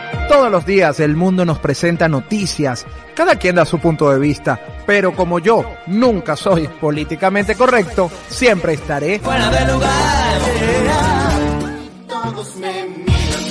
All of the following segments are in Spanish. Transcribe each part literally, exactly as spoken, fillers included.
Todos los días el mundo nos presenta noticias, cada quien da su punto de vista, pero como yo nunca soy políticamente correcto, siempre estaré fuera de lugar. Todos me miran.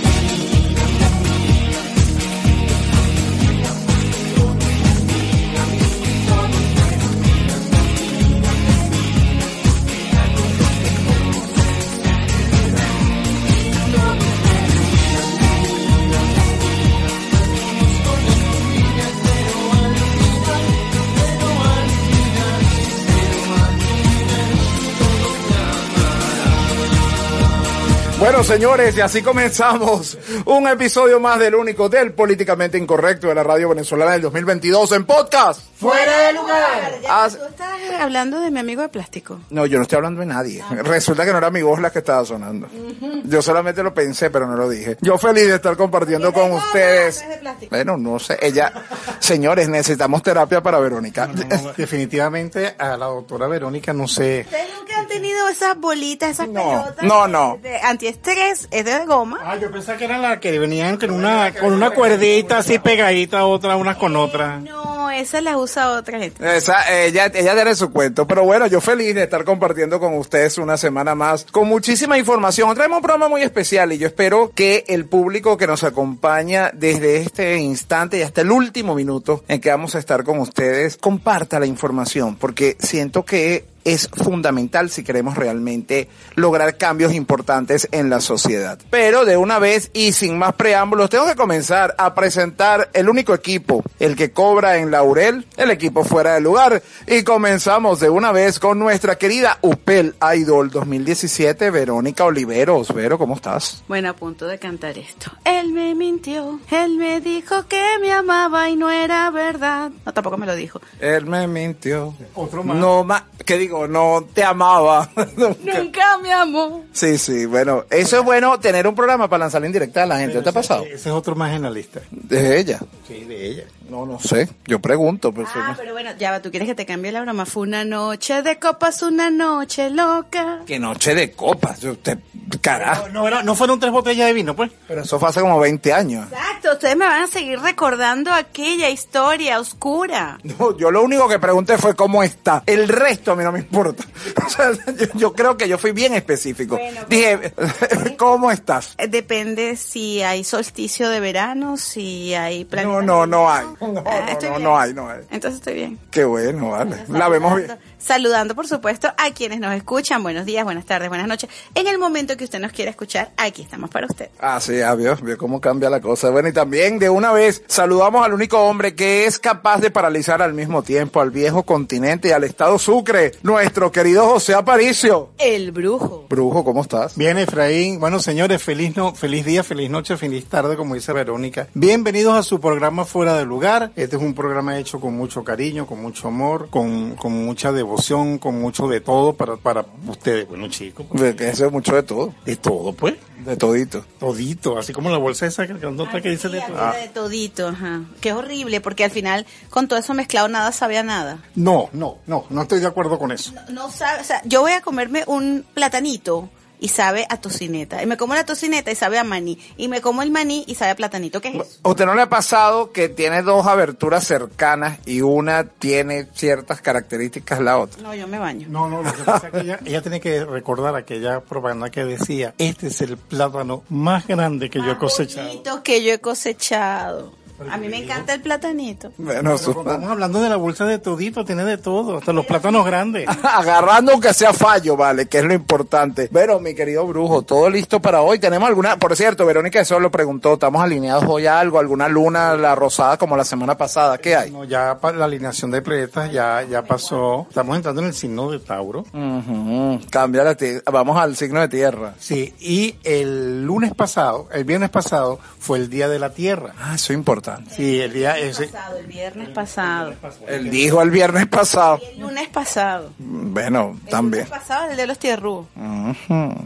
Bueno, señores, y así comenzamos un episodio más del único del políticamente incorrecto de la radio venezolana del dos mil veintidós en podcast. ¡Fuera de lugar! Ya, ¿tú estás hablando de mi amigo de plástico? No, yo no estoy hablando de nadie. Ah, Resulta que no era mi voz la que estaba sonando. Uh-huh. Yo solamente lo pensé, pero no lo dije. Yo feliz de estar compartiendo con ustedes. De bueno, no sé, ella... Señores, necesitamos terapia para Verónica. No, no, no, definitivamente a la doctora Verónica no sé. ¿Ustedes nunca han tenido esas bolitas, esas no, pelotas? No, no. De antiestrés, es de goma. Ah, yo pensaba que eran las que venían con una, con una cuerdita así pegadita, otra, unas con otras. No, esa la usa otra gente. Esa, ella, ella tiene su cuento. Pero bueno, yo feliz de estar compartiendo con ustedes una semana más con muchísima información. Traemos un programa muy especial y yo espero que el público que nos acompaña desde este instante y hasta el último minuto en que vamos a estar con ustedes comparta la información, porque siento que es fundamental si queremos realmente lograr cambios importantes en la sociedad. Pero de una vez y sin más preámbulos, tengo que comenzar a presentar el único equipo, el que cobra en laurel, el equipo fuera de lugar. Y comenzamos de una vez con nuestra querida U P E L Idol dos mil diecisiete, Verónica Oliveros. Vero, ¿cómo estás? Bueno, a punto de cantar esto. Él me mintió, él me dijo que me amaba y no era verdad. No, tampoco me lo dijo. Él me mintió. Otro más. No más, ¿qué digo? No te amaba. Nunca me amó. Sí, sí, bueno, eso es bueno tener un programa para lanzarle en directa a la gente. ¿Te ha pasado? Ese es otro más en la lista. ¿De ella? Sí, de ella. No, no sé, yo pregunto. Pero ah, no... pero bueno, ya va, ¿tú quieres que te cambie la broma? Fue una noche de copas, una noche loca. ¿Qué noche de copas? Yo te... Carajo. No, no, no fueron tres botellas de vino, pues. Pero eso fue hace como veinte años. Exacto, ustedes me van a seguir recordando aquella historia oscura. No, yo lo único que pregunté fue cómo está. El resto a mí no me importa. O sea, yo, yo creo que yo fui bien específico. Bueno, dije, ¿cómo estás? Depende si hay solsticio de verano, si hay planeta. No, no, no hay. No, ah, no, no, no hay, no hay. Entonces estoy bien. Qué bueno, vale. La vemos bien. Saludando, por supuesto, a quienes nos escuchan. Buenos días, buenas tardes, buenas noches. En el momento que usted nos quiera escuchar, aquí estamos para usted. Ah, sí, ah, vio, vio cómo cambia la cosa. Bueno, y también de una vez saludamos al único hombre que es capaz de paralizar al mismo tiempo al viejo continente y al estado Sucre, nuestro querido José Aparicio. El brujo. Brujo, ¿cómo estás? Bien, Efraín. Bueno, señores, feliz no, feliz día, feliz noche, feliz tarde, como dice Verónica. Bienvenidos a su programa Fuera de Lugar. Este es un programa hecho con mucho cariño, con mucho amor, con, con mucha devoción, con mucho de todo para, para ustedes. Bueno, chicos. Pues, que eso es mucho de todo. De todo, pues. De todito. Todito, así como la bolsa esa grandota que dice de todo. Ah. De todito, ajá. Qué horrible, porque al final, con todo eso mezclado, nada sabe a nada. No, no, no, no estoy de acuerdo con eso. No, no sabe, o sea, yo voy a comerme un platanito y sabe a tocineta. Y me como la tocineta y sabe a maní. Y me como el maní y sabe a platanito. ¿Qué es eso? ¿A usted no le ha pasado que tiene dos aberturas cercanas y una tiene ciertas características la otra? No, yo me baño. No, no, lo que pasa es que ella, ella tiene que recordar aquella propaganda que decía, este es el plátano más grande que más yo he cosechado. bonito que yo he cosechado. A mí me encanta el platanito. Bueno, su... estamos hablando de la bolsa de todito, tiene de todo, hasta los plátanos grandes. Agarrando aunque sea fallo, vale, que es lo importante. Pero, mi querido brujo, todo listo para hoy. ¿Tenemos alguna? Por cierto, Verónica eso lo preguntó, ¿estamos alineados hoy a algo? ¿Alguna luna, la rosada como la semana pasada? ¿Qué hay? No, ya la alineación de planetas ya, ya pasó. Estamos entrando en el signo de Tauro. Uh-huh. Cambia la t- Vamos al signo de tierra. Sí, y el lunes pasado, el viernes pasado, fue el Día de la Tierra. Ah, eso es importante. Sí, el día ese. Pasado, el viernes pasado. Él dijo el viernes pasado. Y el lunes pasado. Bueno, el también. El lunes pasado, el de los tierrúos. Uh-huh.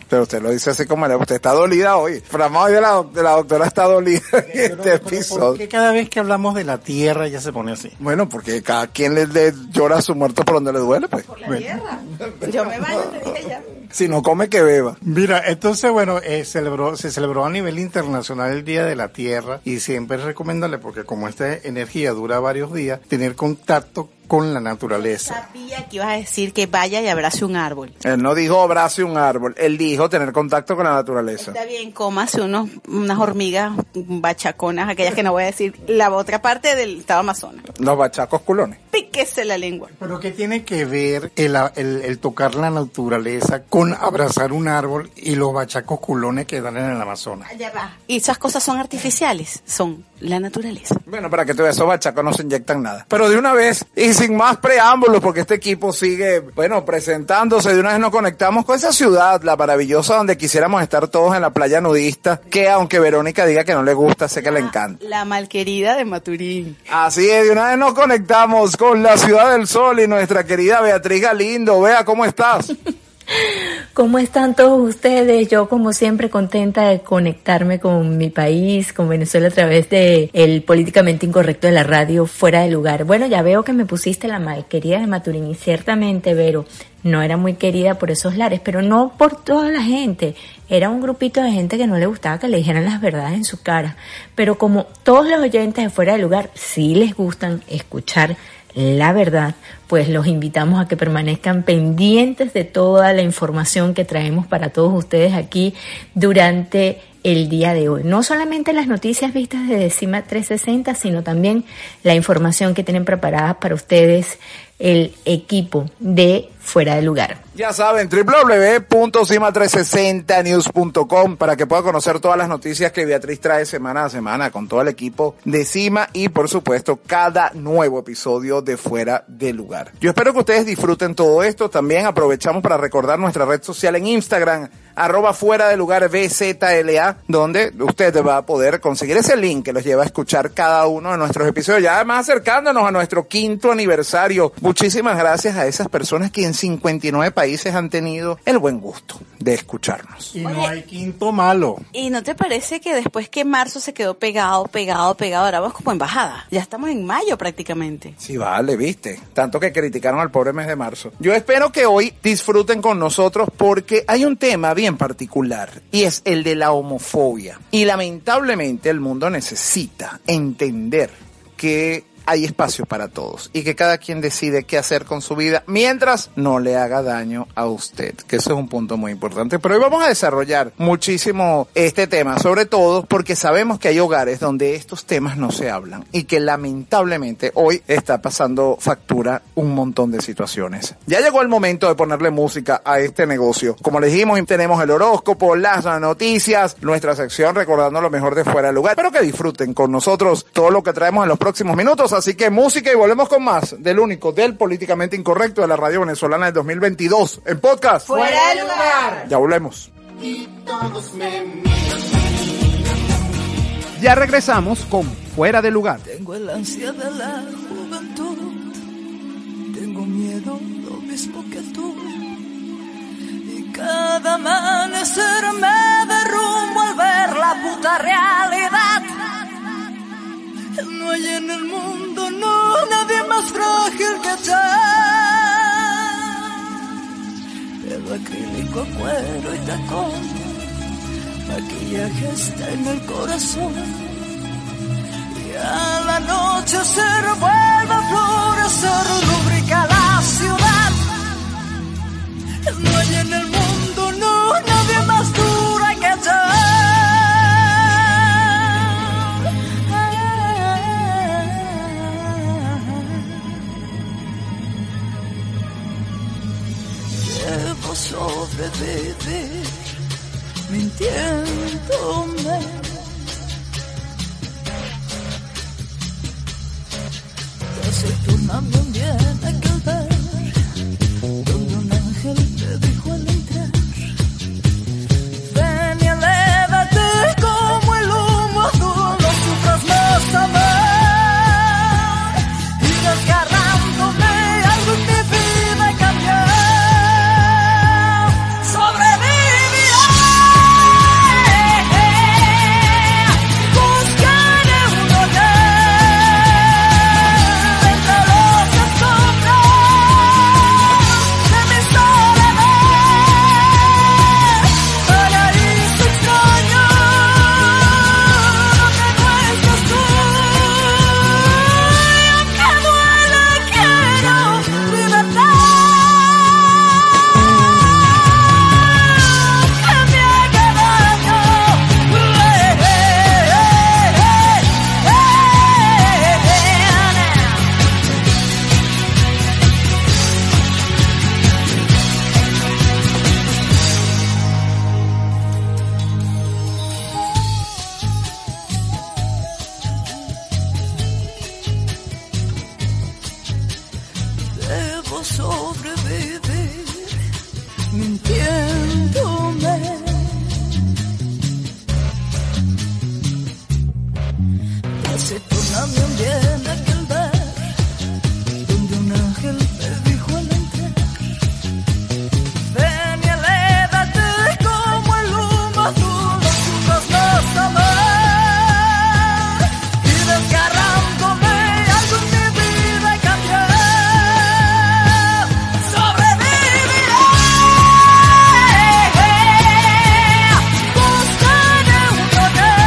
Pero usted lo dice así como, usted está dolida hoy. Frama hoy de la, de la doctora está dolida en este pero, episodio. ¿por qué cada vez que hablamos de la tierra ya se pone así? Bueno, porque cada quien le, le llora a su muerto por donde le duele, pues. Por la Bueno. tierra. Yo me baño, te dije ya. Si no come, que beba. Mira, entonces, bueno, eh, celebró, se celebró a nivel internacional el Día de la Tierra y siempre es recomendable, porque como esta energía dura varios días, tener contacto con la naturaleza. Sabía que ibas a decir que vaya y abrace un árbol. Él no dijo abrace un árbol, él dijo tener contacto con la naturaleza. Está bien, cómase unos, unas hormigas bachaconas, aquellas que no voy a decir, la otra parte del estado Amazonas. Los bachacos culones. Píquese la lengua. Pero ¿qué tiene que ver el, el, el tocar la naturaleza con abrazar un árbol y los bachacos culones que dan en el Amazonas? Allá va. Y esas cosas son artificiales, son la naturaleza. Bueno, para que tú veas, esos bachacos no se inyectan nada. Pero de una vez, y sin más preámbulos, porque este equipo sigue, bueno, presentándose, de una vez nos conectamos con esa ciudad, la maravillosa, donde quisiéramos estar todos en la playa nudista, que aunque Verónica diga que no le gusta, sé que le encanta. La malquerida de Maturín. Así es, de una vez nos conectamos con la Ciudad del Sol y nuestra querida Beatriz Galindo. Bea, ¿cómo estás? ¿Cómo están todos ustedes? Yo, como siempre, contenta de conectarme con mi país, con Venezuela, a través de el políticamente incorrecto de la radio Fuera de Lugar. Bueno, ya veo que me pusiste la malquerida de Maturín, y ciertamente, Vero, no era muy querida por esos lares, pero no por toda la gente. Era un grupito de gente que no le gustaba que le dijeran las verdades en su cara. Pero como todos los oyentes de Fuera de Lugar sí les gustan escuchar la verdad, pues los invitamos a que permanezcan pendientes de toda la información que traemos para todos ustedes aquí durante el día de hoy. No solamente las noticias vistas de Decima trescientos sesenta, sino también la información que tienen preparada para ustedes el equipo de Fuera de Lugar. Ya saben, doble u doble u doble u punto cima trescientos sesenta news punto com para que puedan conocer todas las noticias que Beatriz trae semana a semana con todo el equipo de Cima y, por supuesto, cada nuevo episodio de Fuera de Lugar. Yo espero que ustedes disfruten todo esto. También aprovechamos para recordar nuestra red social en Instagram, arroba Fuera de Lugar B Z L A, donde usted va a poder conseguir ese link que los lleva a escuchar cada uno de nuestros episodios. Ya además acercándonos a nuestro quinto aniversario. Muchísimas gracias a esas personas que en cincuenta y nueve países han tenido el buen gusto de escucharnos. Y no hay quinto malo. ¿Y no te parece que después que marzo se quedó pegado, pegado, pegado, ahora vamos como embajada? Ya estamos en mayo prácticamente. Sí, vale, viste. Tanto que criticaron al pobre mes de marzo. Yo espero que hoy disfruten con nosotros porque hay un tema bien particular y es el de la homofobia. Y lamentablemente el mundo necesita entender que hay espacio para todos y que cada quien decide qué hacer con su vida mientras no le haga daño a usted, que eso es un punto muy importante. Pero hoy vamos a desarrollar muchísimo este tema, sobre todo porque sabemos que hay hogares donde estos temas no se hablan y que lamentablemente hoy está pasando factura un montón de situaciones. Ya llegó el momento de ponerle música a este negocio. Como les dijimos, tenemos el horóscopo, las noticias, nuestra sección recordando lo mejor de Fuera de Lugar. Espero que disfruten con nosotros todo lo que traemos en los próximos minutos. Así que música y volvemos con más del único, del políticamente incorrecto de la radio venezolana del dos mil veintidós en podcast. ¡Fuera de Lugar! Ya volvemos. Y todos me miran. Ya regresamos con Fuera de Lugar. Tengo el ansia de la juventud, tengo miedo lo mismo que tú, y cada amanecer me derrumbo al ver la puta realidad. No hay en el mundo, no, nadie más frágil que yo. Pelo acrílico, cuero y tacón, maquillaje está en el corazón. Y a la noche se revuelve a florecer, rubrica la ciudad. No hay en el mundo, no, nadie más dura que yo. Debo sobrevivir mintiéndome. Decepcionando un día en aquel bar donde un ángel te dijo al entrar: ven y elévate como el humo azul, no sufras más amor. Y desgarrándome algo en mi vida cambió. Sobreviviré. sobrevivir mintiéndome. Se torna mi ambiente aquel bar donde un ángel me dijo al entrar: ven y elévate como el humo azul, nosotros nos amar y desgarrándome algo en mi vida y cambiar. Sobreviviré, buscaré un hogar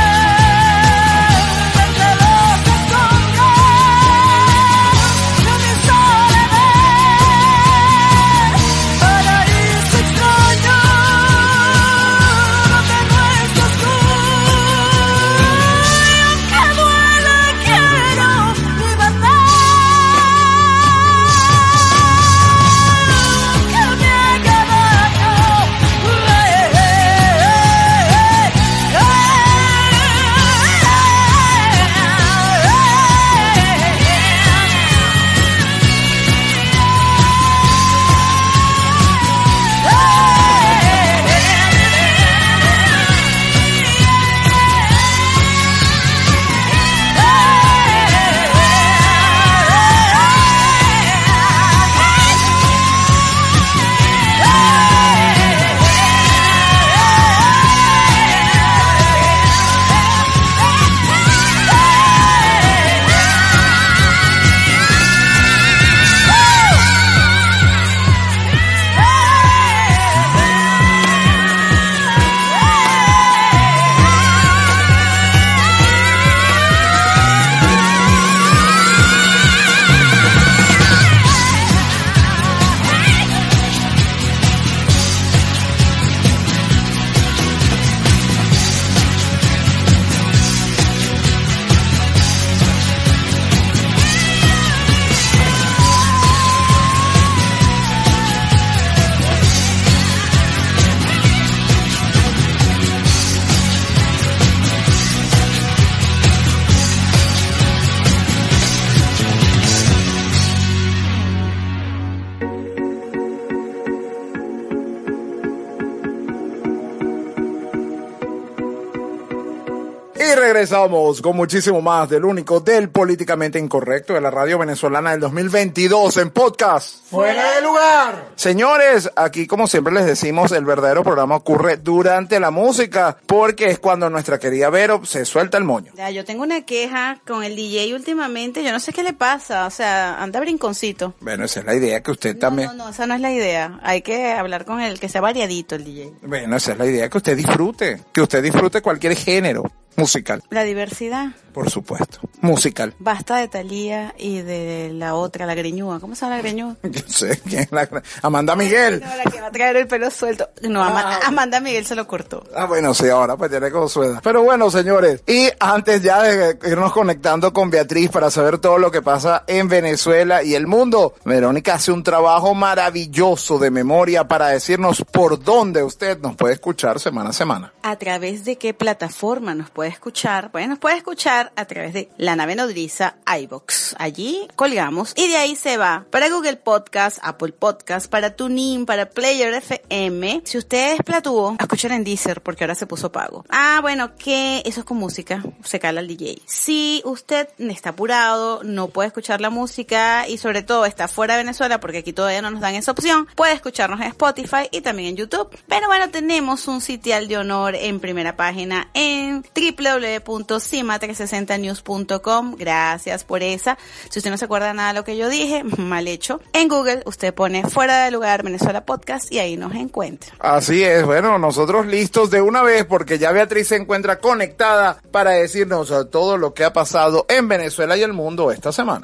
Y regresamos con muchísimo más del único, del políticamente incorrecto de la radio venezolana del dos mil veintidós en podcast. ¡Fuera de lugar! Señores, aquí como siempre les decimos, el verdadero programa ocurre durante la música, porque es cuando nuestra querida Vero se suelta el moño. Ya, yo tengo una queja con el D J últimamente, yo no sé qué le pasa, o sea, anda brinconcito. Bueno, esa es la idea, que usted No, también... no, no, esa no es la idea, hay que hablar con él, que sea variadito el D J. Bueno, esa es la idea, que usted disfrute, que usted disfrute cualquier género musical. La diversidad. Por supuesto, musical. Basta de Thalía y de la otra, la greñúa. ¿Cómo se llama la greñúa? Yo sé quién es la... Amanda Miguel. No, la que va a traer el pelo suelto. No, Ama- Ah. Amanda Miguel se lo cortó. Ah, bueno, sí, ahora pues tiene Consuela. Pero bueno, señores, y antes ya de irnos conectando con Beatriz para saber todo lo que pasa en Venezuela y el mundo, Verónica hace un trabajo maravilloso de memoria para decirnos por dónde usted nos puede escuchar semana a semana. ¿A través de qué plataforma nos puede escuchar? Pues nos puede escuchar a través de La Nave Nodriza, iVoox. Allí colgamos y de ahí se va para Google Podcast, Apple Podcast, para TuneIn, para Player F M. Si usted es platúo, a escuchar en Deezer porque ahora se puso pago. Ah, bueno, que eso es con música, se cala el D J. Si usted está apurado, no puede escuchar la música y sobre todo está fuera de Venezuela porque aquí todavía no nos dan esa opción, puede escucharnos en Spotify y también en YouTube. Pero bueno, tenemos un sitial de honor en primera página en doble u doble u doble u punto cima trescientos sesenta news punto com. Gracias por esa. Si usted no se acuerda nada de lo que yo dije, mal hecho. En Google usted pone Fuera de Lugar Venezuela Podcast y ahí nos encuentra. Así es, bueno, nosotros listos de una vez porque ya Beatriz se encuentra conectada para decirnos todo lo que ha pasado en Venezuela y el mundo esta semana.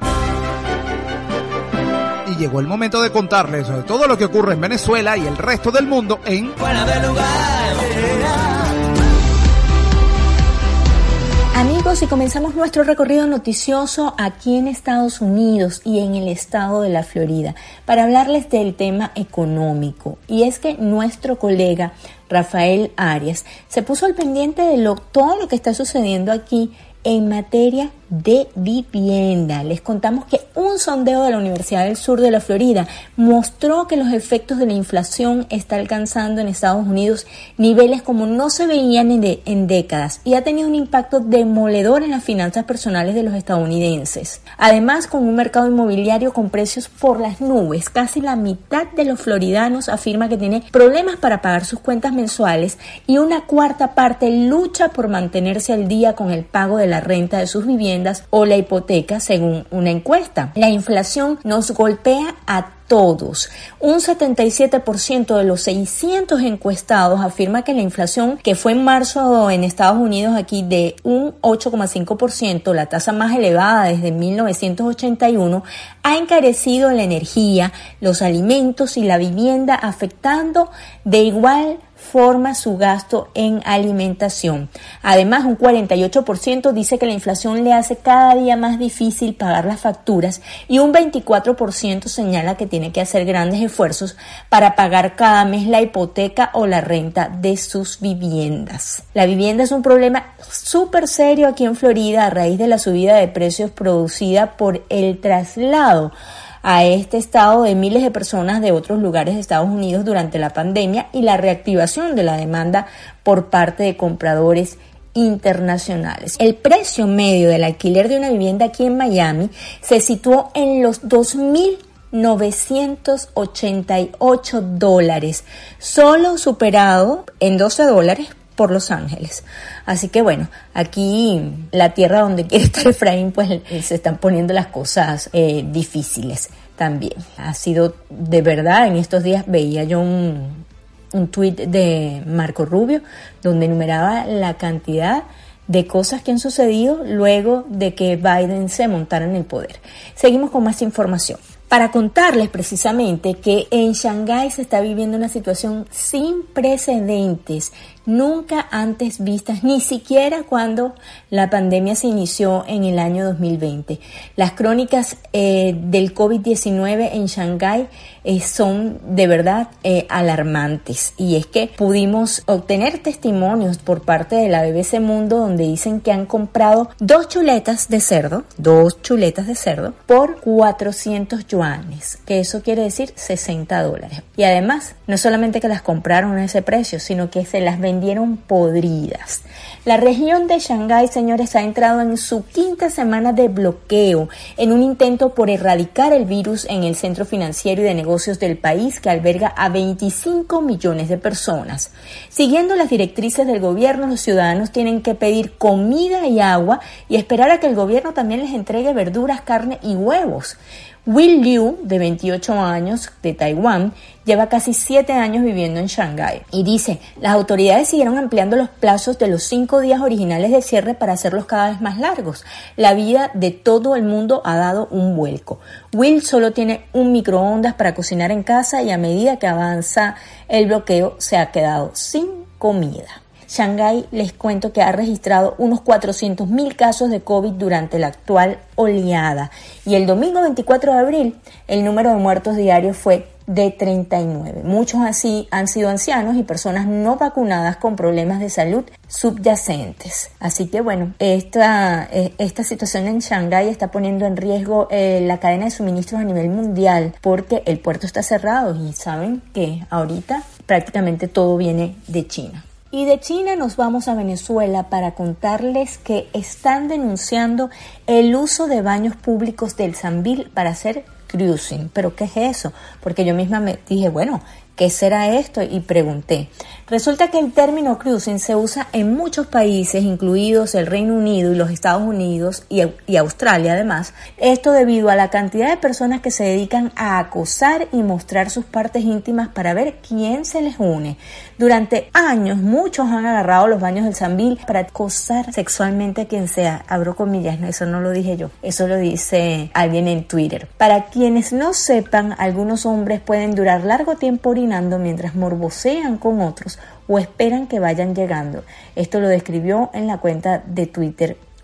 Y llegó el momento de contarles sobre todo lo que ocurre en Venezuela y el resto del mundo en Fuera de Lugar. Amigos, y comenzamos nuestro recorrido noticioso aquí en Estados Unidos y en el estado de la Florida para hablarles del tema económico. Y es que nuestro colega Rafael Arias, se puso al pendiente de lo, todo lo que está sucediendo aquí en materia de vivienda. Les contamos que un sondeo de la Universidad del Sur de la Florida mostró que los efectos de la inflación está alcanzando en Estados Unidos niveles como no se veían en, de, en décadas y ha tenido un impacto demoledor en las finanzas personales de los estadounidenses. Además, con un mercado inmobiliario con precios por las nubes, casi la mitad de los floridanos afirma que tiene problemas para pagar sus cuentas mensuales y una cuarta parte lucha por mantenerse al día con el pago de la renta de sus viviendas o la hipoteca, según una encuesta. La inflación nos golpea a todos. Un setenta y siete por ciento de los seiscientos encuestados afirma que la inflación, que fue en marzo en Estados Unidos aquí de un ocho coma cinco por ciento, la tasa más elevada desde mil novecientos ochenta y uno, ha encarecido la energía, los alimentos y la vivienda, afectando de igual forma su gasto en alimentación. Además, un cuarenta y ocho por ciento dice que la inflación le hace cada día más difícil pagar las facturas y un veinticuatro por ciento señala que tiene que hacer grandes esfuerzos para pagar cada mes la hipoteca o la renta de sus viviendas. La vivienda es un problema súper serio aquí en Florida a raíz de la subida de precios producida por el traslado a este estado de miles de personas de otros lugares de Estados Unidos durante la pandemia y la reactivación de la demanda por parte de compradores internacionales. El precio medio del alquiler de una vivienda aquí en Miami se situó en los dos mil novecientos ochenta y ocho dólares, solo superado en doce dólares por Los Ángeles. Así que bueno, aquí la tierra donde quiere estar Efraín, pues se están poniendo las cosas eh, difíciles también. Ha sido de verdad, en estos días veía yo un, un tuit de Marco Rubio donde enumeraba la cantidad de cosas que han sucedido luego de que Biden se montara en el poder. Seguimos con más información. Para contarles precisamente que en Shanghái se está viviendo una situación sin precedentes, nunca antes vistas, ni siquiera cuando la pandemia se inició en el año dos mil veinte. Las crónicas eh, del COVID diecinueve en Shanghái eh, son de verdad eh, alarmantes, y es que pudimos obtener testimonios por parte de la B B C Mundo donde dicen que han comprado dos chuletas de cerdo, dos chuletas de cerdo por cuatrocientos yuanes, que eso quiere decir sesenta dólares. Y además, no solamente que las compraron a ese precio, sino que se las vendieron podridas. La región de Shanghái, señores, ha entrado en su quinta semana de bloqueo en un intento por erradicar el virus en el centro financiero y de negocios del país, que alberga a veinticinco millones de personas. Siguiendo las directrices del gobierno, los ciudadanos tienen que pedir comida y agua y esperar a que el gobierno también les entregue verduras, carne y huevos. Will Liu, de veintiocho años, de Taiwán, lleva casi siete años viviendo en Shanghái y dice, las autoridades siguieron ampliando los plazos de los cinco días originales de cierre para hacerlos cada vez más largos. La vida de todo el mundo ha dado un vuelco. Will solo tiene un microondas para cocinar en casa y a medida que avanza el bloqueo se ha quedado sin comida. Shanghái, les cuento que ha registrado unos cuatrocientos mil casos de COVID durante la actual oleada, y el domingo veinticuatro de abril el número de muertos diarios fue de treinta y nueve. Muchos así han sido ancianos y personas no vacunadas con problemas de salud subyacentes. Así que bueno, esta, esta situación en Shanghái está poniendo en riesgo eh, la cadena de suministros a nivel mundial, porque el puerto está cerrado y saben que ahorita prácticamente todo viene de China. Y de China nos vamos a Venezuela para contarles que están denunciando el uso de baños públicos del Sambil para hacer cruising. ¿Pero qué es eso? Porque yo misma me dije, bueno, ¿qué será esto? Y pregunté. Resulta que el término cruising se usa en muchos países, incluidos el Reino Unido y los Estados Unidos y, y Australia además. Esto debido a la cantidad de personas que se dedican a acosar y mostrar sus partes íntimas para ver quién se les une. Durante años muchos han agarrado los baños del Sambil para acosar sexualmente a quien sea. Abro comillas, no, eso no lo dije yo, eso lo dice alguien en Twitter. Para quienes no sepan, algunos hombres pueden durar largo tiempo orinando mientras morbosean con otros o esperan que vayan llegando. Esto lo describió en la cuenta de Twitter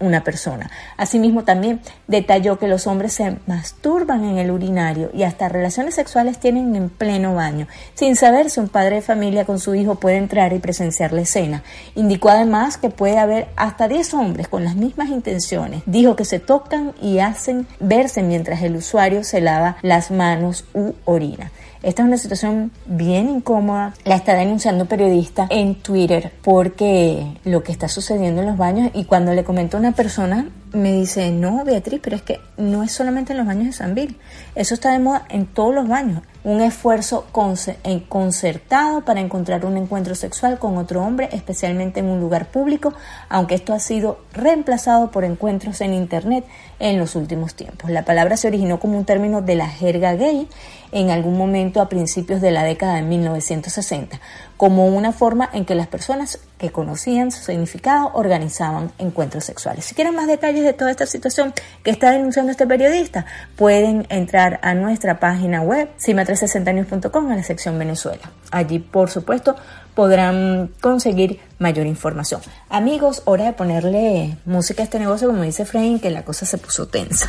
una persona. Asimismo, también detalló que los hombres se masturban en el urinario y hasta relaciones sexuales tienen en pleno baño. Sin saber si un padre de familia con su hijo puede entrar y presenciar la escena. Indicó además que puede haber hasta diez hombres con las mismas intenciones. Dijo que se tocan y hacen verse mientras el usuario se lava las manos u orina. Esta es una situación bien incómoda. La está denunciando un periodista en Twitter porque lo que está sucediendo en los baños, y cuando le comento a una persona me dice, no, Beatriz, pero es que no es solamente en los baños de Sambil, eso está de moda en todos los baños. Un esfuerzo concertado para encontrar un encuentro sexual con otro hombre, especialmente en un lugar público, aunque esto ha sido reemplazado por encuentros en internet en los últimos tiempos. La palabra se originó como un término de la jerga gay en algún momento a principios de la década de mil novecientos sesenta, como una forma en que las personas que conocían su significado organizaban encuentros sexuales. Si quieren más detalles de toda esta situación que está denunciando este periodista, pueden entrar a nuestra página web, cima trescientos sesenta news punto com, a la sección Venezuela. Allí, por supuesto, podrán conseguir mayor información. Amigos, hora de ponerle música a este negocio, como dice Efraín, que la cosa se puso tensa.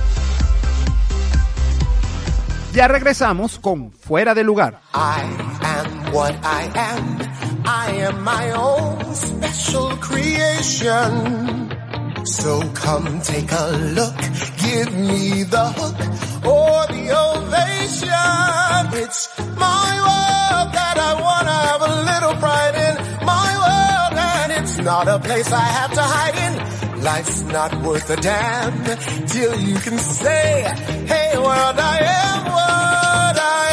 Ya regresamos con Fuera de Lugar. I am what I am. I am my own special creation. So come take a look. Give me the hook or the ovation. It's my world that I wanna have a little pride in. My world, and it's not a place I have to hide in. Life's not worth a damn till you can say, hey world, I am what I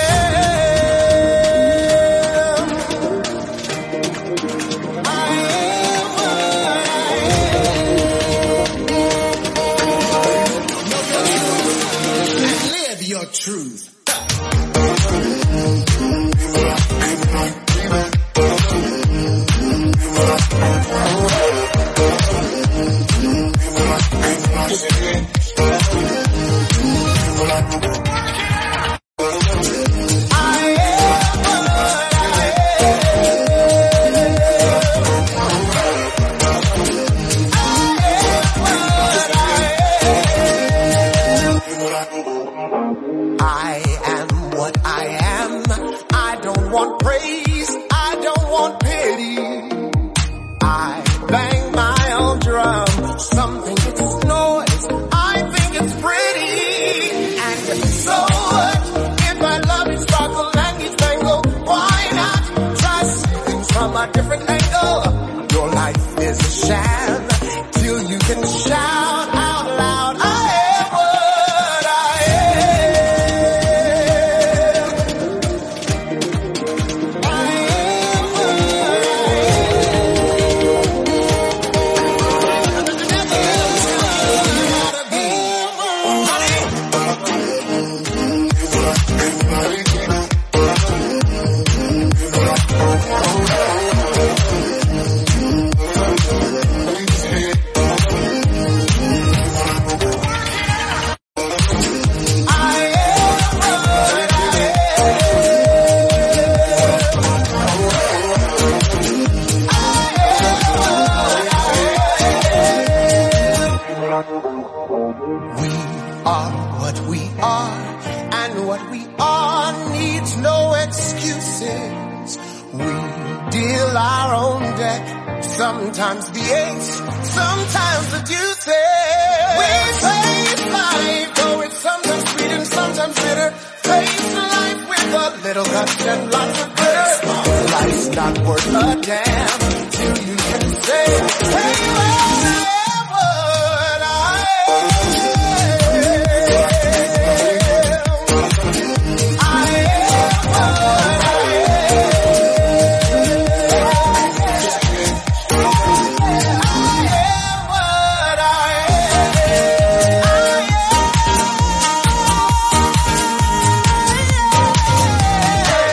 am. I am what I am. And live your truth. Sometimes the ace, sometimes the deuce. We face life, though it's sometimes sweet and sometimes bitter. Face life with a little guts and lots of glitter. Life's not worth a damn till you can say, hey, well, I am what I am. I am what I am.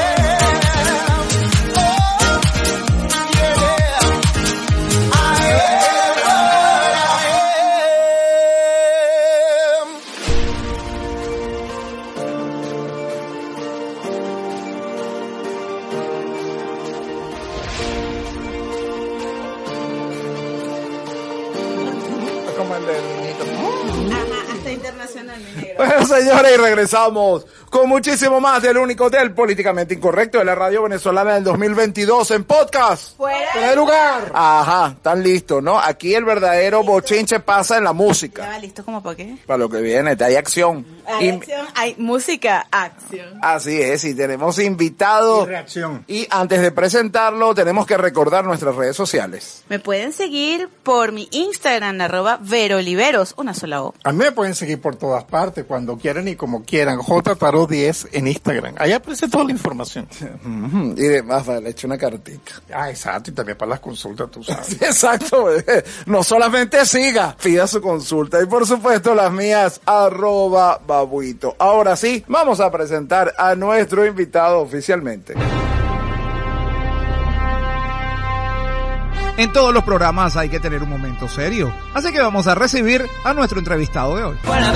I am como el del niñito. Ajá, hasta internacional, mi negro. Bueno, señores, y regresamos con muchísimo más del único hotel políticamente incorrecto de la radio venezolana del dos mil veintidós en podcast. Fuera de lugar. Ajá, están listos, ¿no? Aquí el verdadero bochinche pasa en la ¿Ya música. va listo como para qué? Para lo que viene, hay acción. Hay Y- acción, hay música, acción. Así es, y tenemos invitados. Y reacción. Y antes de presentarlo, tenemos que recordar nuestras redes sociales. Me pueden seguir por mi Instagram, arroba veroliveros, una sola O. A mí me pueden seguir por todas partes, cuando quieran y como quieran. J Taro diez en Instagram. Ahí aparece toda la información. Ujú, y demás, vale, le echo una cartica. Ah, exacto. Y también para las consultas, tú sabes. Sí, exacto. No solamente siga, pida su consulta. Y por supuesto las mías, arroba babuito. Ahora sí, vamos a presentar a nuestro invitado oficialmente. En todos los programas hay que tener un momento serio, así que vamos a recibir a nuestro entrevistado de hoy.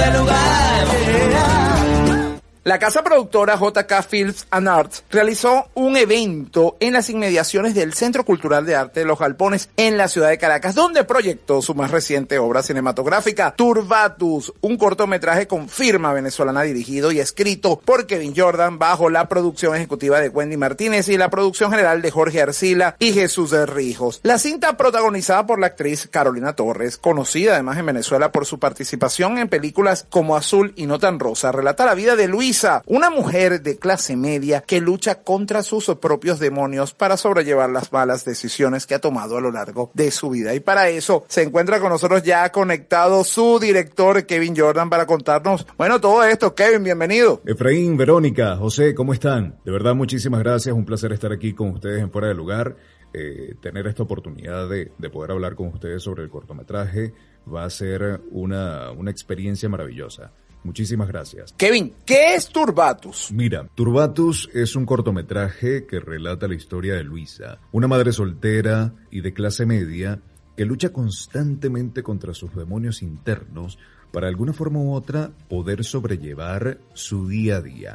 La casa productora J K Films and Arts realizó un evento en las inmediaciones del Centro Cultural de Arte de los Galpones en la ciudad de Caracas, donde proyectó su más reciente obra cinematográfica, Turbatus, un cortometraje con firma venezolana dirigido y escrito por Kevin Jordan bajo la producción ejecutiva de Wendy Martínez y la producción general de Jorge Arcila y Jesús de Rijos. La cinta, protagonizada por la actriz Carolina Torres, conocida además en Venezuela por su participación en películas como Azul y No tan Rosa, relata la vida de Luisa, una mujer de clase media que lucha contra sus propios demonios para sobrellevar las malas decisiones que ha tomado a lo largo de su vida. Y para eso se encuentra con nosotros ya conectado su director Kevin Jordan para contarnos, bueno, todo esto. Kevin, bienvenido. Efraín, Verónica, José, ¿cómo están? De verdad, muchísimas gracias. Un placer estar aquí con ustedes en Fuera de Lugar. Eh, tener esta oportunidad de, de poder hablar con ustedes sobre el cortometraje va a ser una, una experiencia maravillosa. Muchísimas gracias. Kevin, ¿qué es Turbatus? Mira, Turbatus es un cortometraje que relata la historia de Luisa, una madre soltera y de clase media que lucha constantemente contra sus demonios internos para de alguna forma u otra poder sobrellevar su día a día.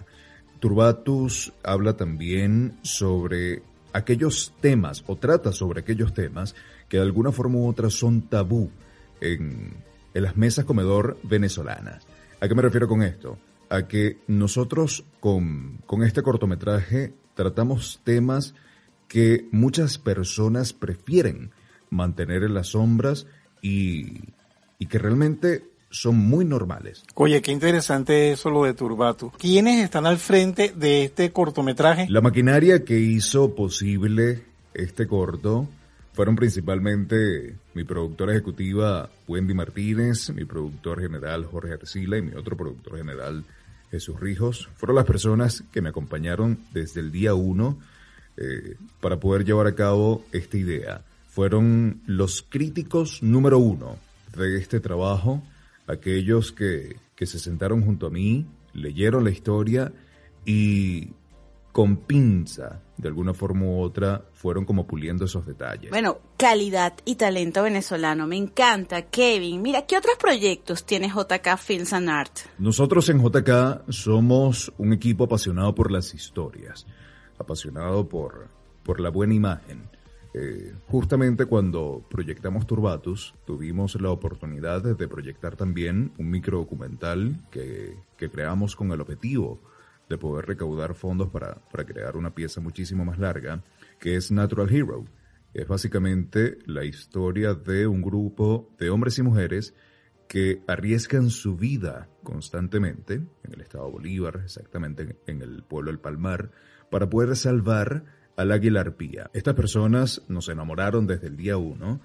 Turbatus habla también sobre aquellos temas, o trata sobre aquellos temas que de alguna forma u otra son tabú en, en las mesas comedor venezolanas. ¿A qué me refiero con esto? A que nosotros con, con este cortometraje tratamos temas que muchas personas prefieren mantener en las sombras y, y que realmente son muy normales. Oye, qué interesante eso lo de Turbatus. ¿Quiénes están al frente de este cortometraje? La maquinaria que hizo posible este corto fueron principalmente mi productora ejecutiva Wendy Martínez, mi productor general Jorge Arcila y mi otro productor general Jesús Rijos. Fueron las personas que me acompañaron desde el día uno eh, para poder llevar a cabo esta idea. Fueron los críticos número uno de este trabajo, aquellos que, que se sentaron junto a mí, leyeron la historia y con pinza, de alguna forma u otra, fueron como puliendo esos detalles. Bueno, calidad y talento venezolano, me encanta, Kevin. Mira, ¿qué otros proyectos tiene J K Films and Art? Nosotros en J K somos un equipo apasionado por las historias, apasionado por, por la buena imagen. Eh, justamente cuando proyectamos Turbatus, tuvimos la oportunidad de proyectar también un microdocumental que, que creamos con el objetivo de poder recaudar fondos para, para crear una pieza muchísimo más larga, que es Natural Hero. Es básicamente la historia de un grupo de hombres y mujeres que arriesgan su vida constantemente, en el estado Bolívar, exactamente en, en el pueblo del Palmar, para poder salvar al águila arpía. Estas personas nos enamoraron desde el día uno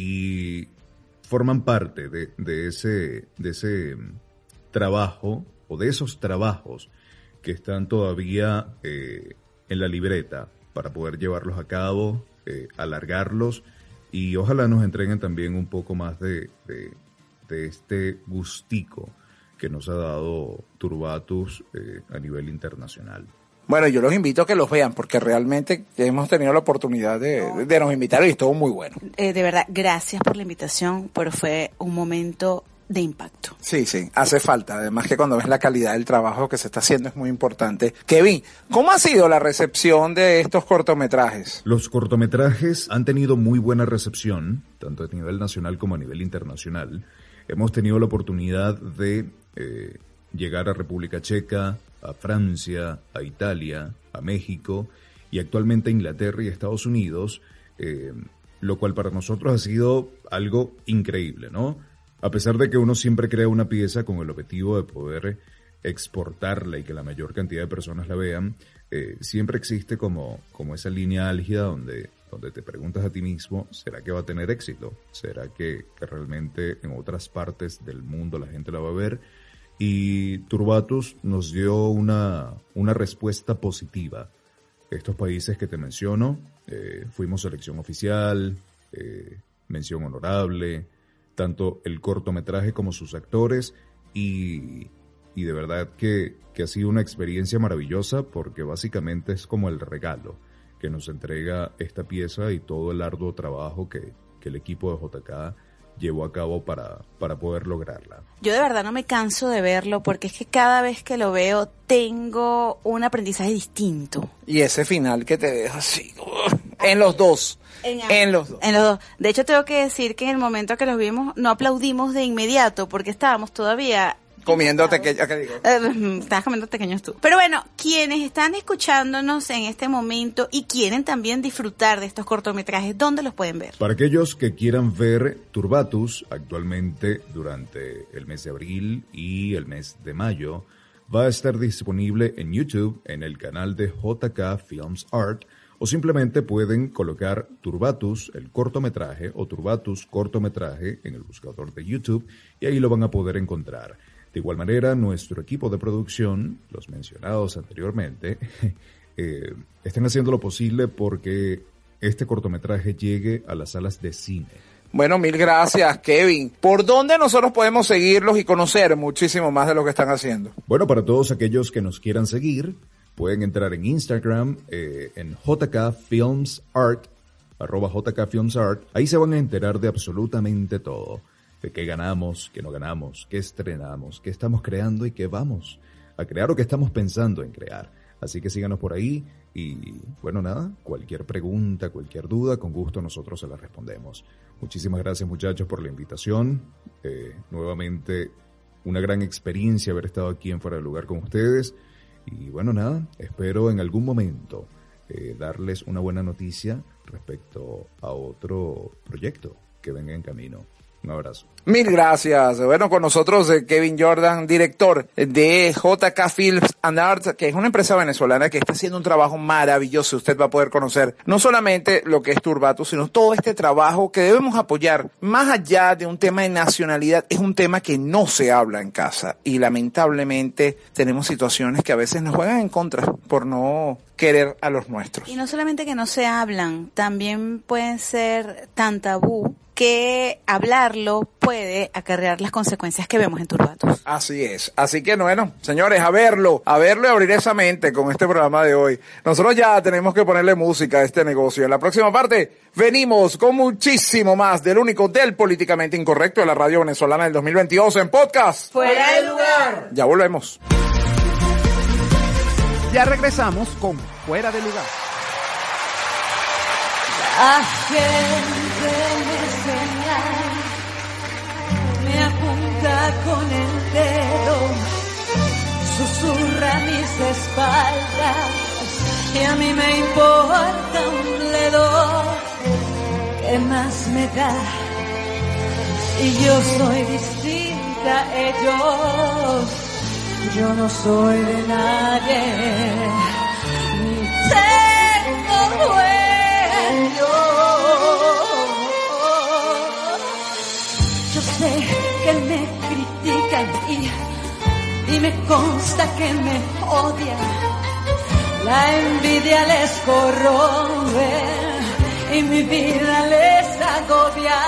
y forman parte de, de ese, de ese trabajo, o de esos trabajos que están todavía eh, en la libreta para poder llevarlos a cabo, eh, alargarlos y ojalá nos entreguen también un poco más de, de, de este gustico que nos ha dado Turbatus eh, a nivel internacional. Bueno, yo los invito a que los vean porque realmente hemos tenido la oportunidad de, de nos invitar y estuvo muy bueno. Eh, de verdad, gracias por la invitación, pero fue un momento de impacto. Sí, sí, hace falta. Además que cuando ves la calidad del trabajo que se está haciendo es muy importante. Kevin, ¿cómo ha sido la recepción de estos cortometrajes? Los cortometrajes han tenido muy buena recepción, tanto a nivel nacional como a nivel internacional. Hemos tenido la oportunidad de eh, llegar a República Checa, a Francia, a Italia, a México y actualmente a Inglaterra y Estados Unidos, eh, lo cual para nosotros ha sido algo increíble, ¿no? A pesar de que uno siempre crea una pieza con el objetivo de poder exportarla y que la mayor cantidad de personas la vean, eh, siempre existe como, como esa línea álgida donde, donde te preguntas a ti mismo, ¿será que va a tener éxito? ¿Será que, que realmente en otras partes del mundo la gente la va a ver? Y Turbatus nos dio una, una respuesta positiva. Estos países que te menciono, eh, fuimos selección oficial, eh, mención honorable, tanto el cortometraje como sus actores, y, y de verdad que, que ha sido una experiencia maravillosa porque básicamente es como el regalo que nos entrega esta pieza y todo el arduo trabajo que, que el equipo de J K llevó a cabo para, para poder lograrla. Yo de verdad no me canso de verlo porque es que cada vez que lo veo tengo un aprendizaje distinto. Y ese final que te deja así, en los dos. En, en los dos. En los dos. De hecho, tengo que decir que en el momento que los vimos no aplaudimos de inmediato porque estábamos todavía comiendo pequeños. ¿Qué digo? Eh, estabas comiendo pequeños tú. Pero bueno, quienes están escuchándonos en este momento y quieren también disfrutar de estos cortometrajes, ¿dónde los pueden ver? Para aquellos que quieran ver Turbatus, actualmente durante el mes de abril y el mes de mayo, va a estar disponible en YouTube en el canal de J K Films Art, o simplemente pueden colocar Turbatus, el cortometraje, o Turbatus cortometraje en el buscador de YouTube y ahí lo van a poder encontrar. De igual manera, nuestro equipo de producción, los mencionados anteriormente, eh, están haciendo lo posible porque este cortometraje llegue a las salas de cine. Bueno, mil gracias, Kevin. ¿Por dónde nosotros podemos seguirlos y conocer muchísimo más de lo que están haciendo? Bueno, para todos aquellos que nos quieran seguir, pueden entrar en Instagram, eh, en J K Films Art, arroba J K Films Art. Ahí se van a enterar de absolutamente todo. De qué ganamos, qué no ganamos, qué estrenamos, qué estamos creando y qué vamos a crear o qué estamos pensando en crear. Así que síganos por ahí y, bueno, nada, cualquier pregunta, cualquier duda, con gusto nosotros se la respondemos. Muchísimas gracias, muchachos, por la invitación. Eh, nuevamente, una gran experiencia haber estado aquí en Fuera de Lugar con ustedes. Y, bueno, nada, espero en algún momento eh, darles una buena noticia respecto a otro proyecto que venga en camino. Un abrazo. Mil gracias. Bueno, con nosotros eh, Kevin Jordan, director de J K Films and Art, que es una empresa venezolana que está haciendo un trabajo maravilloso. Usted va a poder conocer no solamente lo que es Turbatus, sino todo este trabajo que debemos apoyar. Más allá de un tema de nacionalidad, es un tema que no se habla en casa. Y lamentablemente tenemos situaciones que a veces nos juegan en contra por no querer a los nuestros. Y no solamente que no se hablan, también pueden ser tan tabú que hablarlo puede acarrear las consecuencias que vemos en Turbatus. Así es. Así que bueno, señores, a verlo, a verlo y abrir esa mente con este programa de hoy. Nosotros ya tenemos que ponerle música a este negocio. En la próxima parte venimos con muchísimo más del único del políticamente incorrecto de la radio venezolana del dos mil veintidós en podcast. ¡Fuera de lugar! Ya volvemos. Ya regresamos con Fuera de Lugar. La gente me señala, me apunta con el dedo, susurra mis espaldas y a mí me importa un bledo. ¿Qué más me da? Y yo soy distinta a ellos, yo no soy de nadie, ni tengo dueño. Yo sé que me critican y, y me consta que me odian. La envidia les corrompe y mi vida les agobia.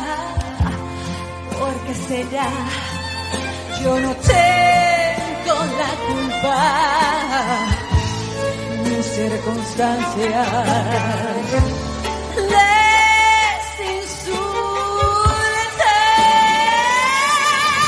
Porque sé ya, yo no tengo la culpa. Mis circunstancias les insultan.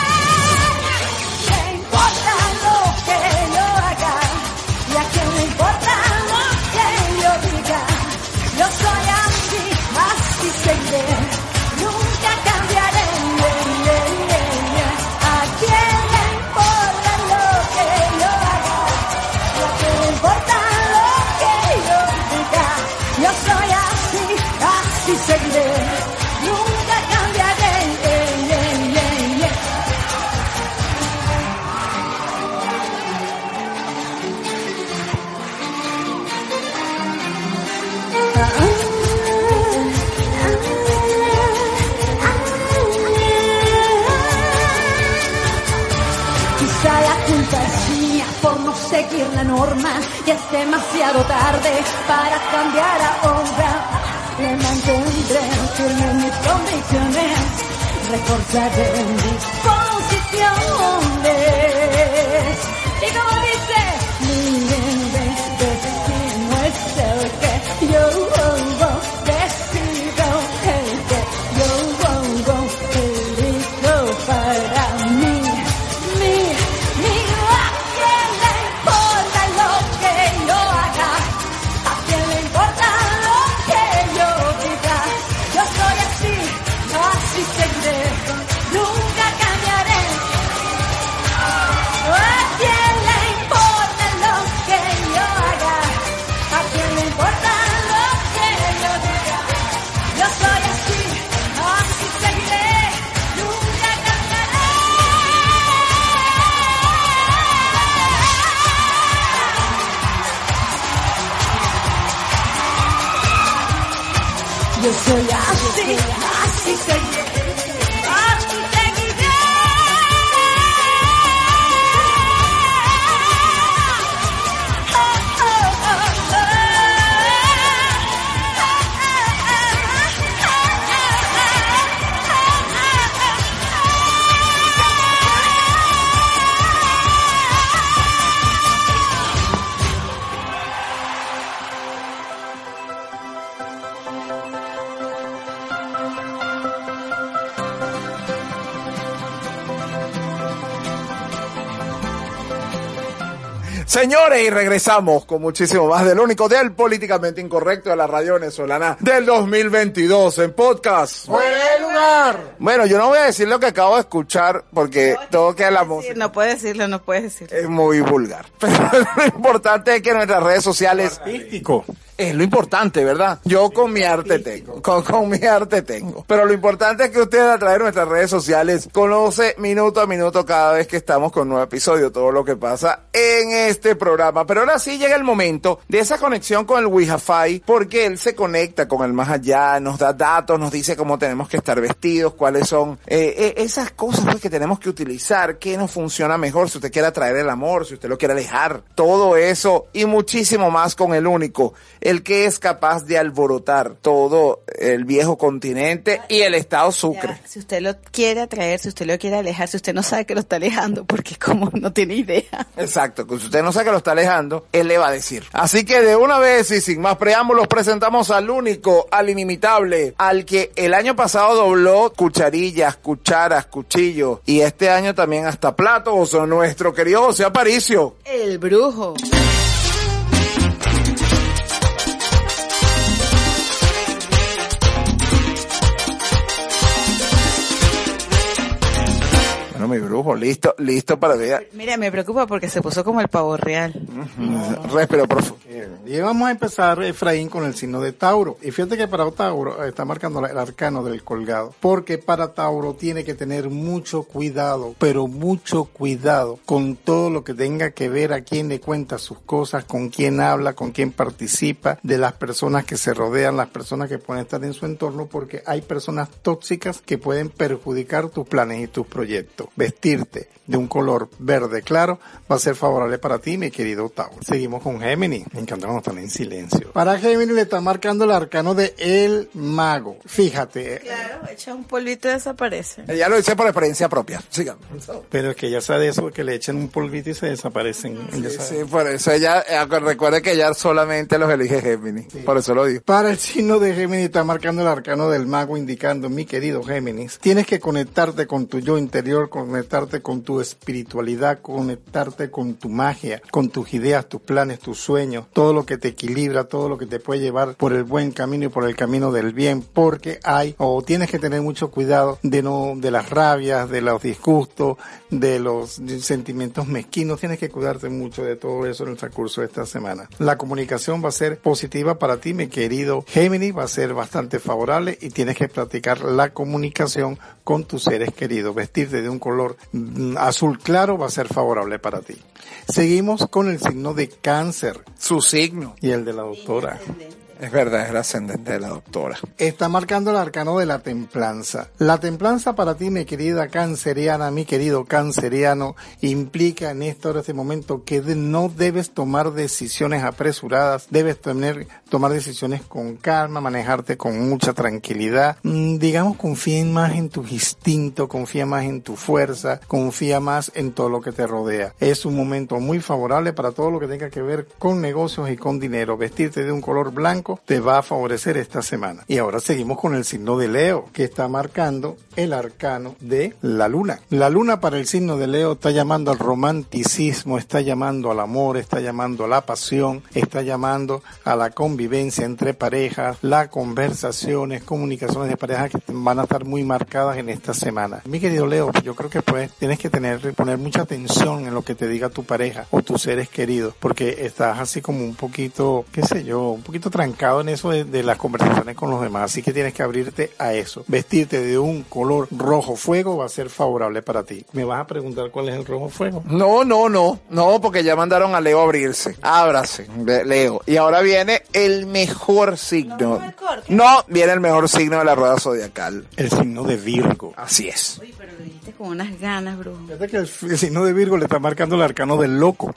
por no seguir la norma y es demasiado tarde para cambiar ahora. Me mantendré firme en mis convicciones, reforzaré mis posiciones. Y como dice, mi destino es el que yo decido, el que yo elijo para mí. Mi, mi, ¿a quién le importa lo que yo haga? ¿A quién le importa lo que yo diga? Yo soy así, así seguiré, nunca cambiaré. ¿A quién le importa lo que yo haga? ¿A quién le importa lo que yo diga? Yo soy así, así seguiré, nunca cambiaré. Yo soy así, así seguiré, así seguiré. Oh, oh, oh, Señores, y regresamos con muchísimo más del único, del políticamente incorrecto de la radio venezolana del dos mil veintidós en podcast. ¡Fuera de lugar! Bueno, yo no voy a decir lo que acabo de escuchar porque todo queda en la música. No puedes decirlo, no puedes decirlo. Es muy vulgar. Pero lo importante es que nuestras redes sociales... Artístico. Es lo importante, ¿verdad? Yo con mi arte tengo, con, con mi arte tengo. Pero lo importante es que ustedes a través de nuestras redes sociales conoce minuto a minuto cada vez que estamos con un nuevo episodio, todo lo que pasa en este programa. Pero ahora sí llega el momento de esa conexión con el Wi-Fi, porque él se conecta con el más allá, nos da datos, nos dice cómo tenemos que estar vestidos, cuáles son eh, eh, esas cosas pues, que tenemos que utilizar, qué nos funciona mejor, si usted quiere atraer el amor, si usted lo quiere alejar, todo eso y muchísimo más con el único, el que es capaz de alborotar todo el viejo continente y el estado Sucre. Ya, si usted lo quiere atraer, si usted lo quiere alejar, si usted no sabe que lo está alejando, porque como no tiene idea. Exacto, que si usted no sabe que lo está alejando, él le va a decir. Así que de una vez y sin más preámbulos presentamos al único, al inimitable, al que el año pasado dobló cucharillas, cucharas, cuchillos y este año también hasta platos, nuestro querido José Aparicio. El brujo. Bueno, mi brujo, listo, listo para ver. Mira, me preocupa porque se puso como el pavo real. Uh-huh. Respiro profundo. Y vamos a empezar, Efraín, con el signo de Tauro. Y fíjate que para Tauro está marcando el arcano del colgado. Porque para Tauro tiene que tener mucho cuidado, pero mucho cuidado con todo lo que tenga que ver a quién le cuenta sus cosas, con quién habla, con quién participa, de las personas que se rodean, las personas que pueden estar en su entorno, porque hay personas tóxicas que pueden perjudicar tus planes y tus proyectos. Vestirte de un color verde claro va a ser favorable para ti, mi querido Tauro. Seguimos con Géminis. Me encanta cuando están en silencio. Para Géminis le está marcando el arcano de el mago. Fíjate. Claro, echa un polvito y desaparece. Ella lo dice por experiencia propia. Sigamos. Pero es que ella sabe eso, que le echan un polvito y se desaparecen. Sí, sí, por eso ella, recuerde que ella solamente los elige Géminis. Sí. Por eso lo digo. Para el signo de Géminis está marcando el arcano del mago, indicando, mi querido Géminis, tienes que conectarte con tu yo interior, conectarte con tu espiritualidad, conectarte con tu magia, con tus ideas, tus planes, tus sueños, todo lo que te equilibra, todo lo que te puede llevar por el buen camino y por el camino del bien, porque hay, o tienes que tener mucho cuidado de no, de las rabias, de los disgustos, de los sentimientos mezquinos, tienes que cuidarte mucho de todo eso en el transcurso de esta semana. La comunicación va a ser positiva para ti, mi querido Géminis, va a ser bastante favorable y tienes que practicar la comunicación con tus seres queridos. Vestirte de un color mm, azul claro va a ser favorable para ti. Seguimos con el signo de Cáncer. Su signo. Y el de la doctora. Es verdad, es el ascendente de la doctora. Está marcando el arcano de la templanza. La templanza para ti, mi querida canceriana, mi querido canceriano, implica en este, en este momento que de, no debes tomar decisiones apresuradas, debes tener, tomar decisiones con calma, manejarte con mucha tranquilidad. Mm, digamos, confía más en tus instintos, confía más en tu fuerza, confía más en todo lo que te rodea. Es un momento muy favorable para todo lo que tenga que ver con negocios y con dinero. Vestirte de un color blanco te va a favorecer esta semana. Y ahora seguimos con el signo de Leo, que está marcando el arcano de la luna. La luna para el signo de Leo está llamando al romanticismo, está llamando al amor, está llamando a la pasión, está llamando a la convivencia entre parejas, las conversaciones, comunicaciones de pareja que van a estar muy marcadas en esta semana. Mi querido Leo, yo creo que pues tienes que tener, poner mucha atención en lo que te diga tu pareja o tus seres queridos, porque estás así como un poquito, qué sé yo, un poquito trancado en eso de, de las conversaciones con los demás, así que tienes que abrirte a eso. Vestirte de un color rojo fuego va a ser favorable para ti. ¿Me vas a preguntar cuál es el rojo fuego? No, no, no, no, porque ya mandaron a Leo a abrirse. Ábrase, Leo. Y ahora viene el mejor signo. No, viene el mejor signo de la rueda zodiacal. El signo de Virgo. Así es. Uy, pero lo dijiste con unas ganas, bro. Fíjate que el, el signo de Virgo le está marcando el arcano del loco.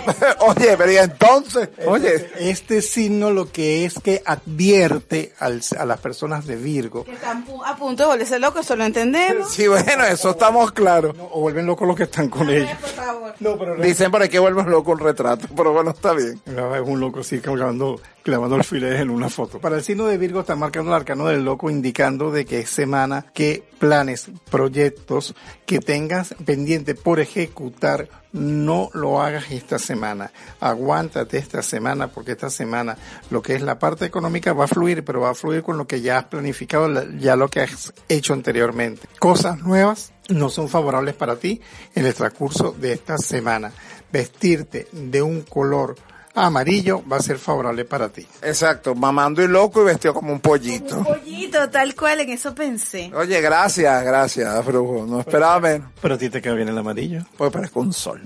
Oye, pero y entonces, oye. Este signo lo que es que advierte al, a las personas de Virgo. Que están a punto de volverse locos, eso lo entendemos. Sí, bueno, eso estamos claros. No, o vuelven locos los que están con ellos. Por favor. No, pero dicen por ahí que vuelven loco un retrato, pero bueno, está bien. No, es un loco así clavando, clavando alfileres en una foto. Para el signo de Virgo está marcando el arcano del loco, indicando de que es semana que planes, proyectos que tengas pendiente por ejecutar, no lo hagas esta semana. Aguántate esta semana, porque esta semana lo que es la parte económica va a fluir, pero va a fluir con lo que ya has planificado, ya lo que has hecho anteriormente. Cosas nuevas no son favorables para ti en el transcurso de esta semana. Vestirte de un color amarillo va a ser favorable para ti. Exacto, mamando y loco y vestido como un pollito. Un pollito, tal cual, en eso pensé. Oye, gracias, gracias, brujo. No esperaba menos. Pero a ti te queda bien el amarillo. Pues parezco un sol.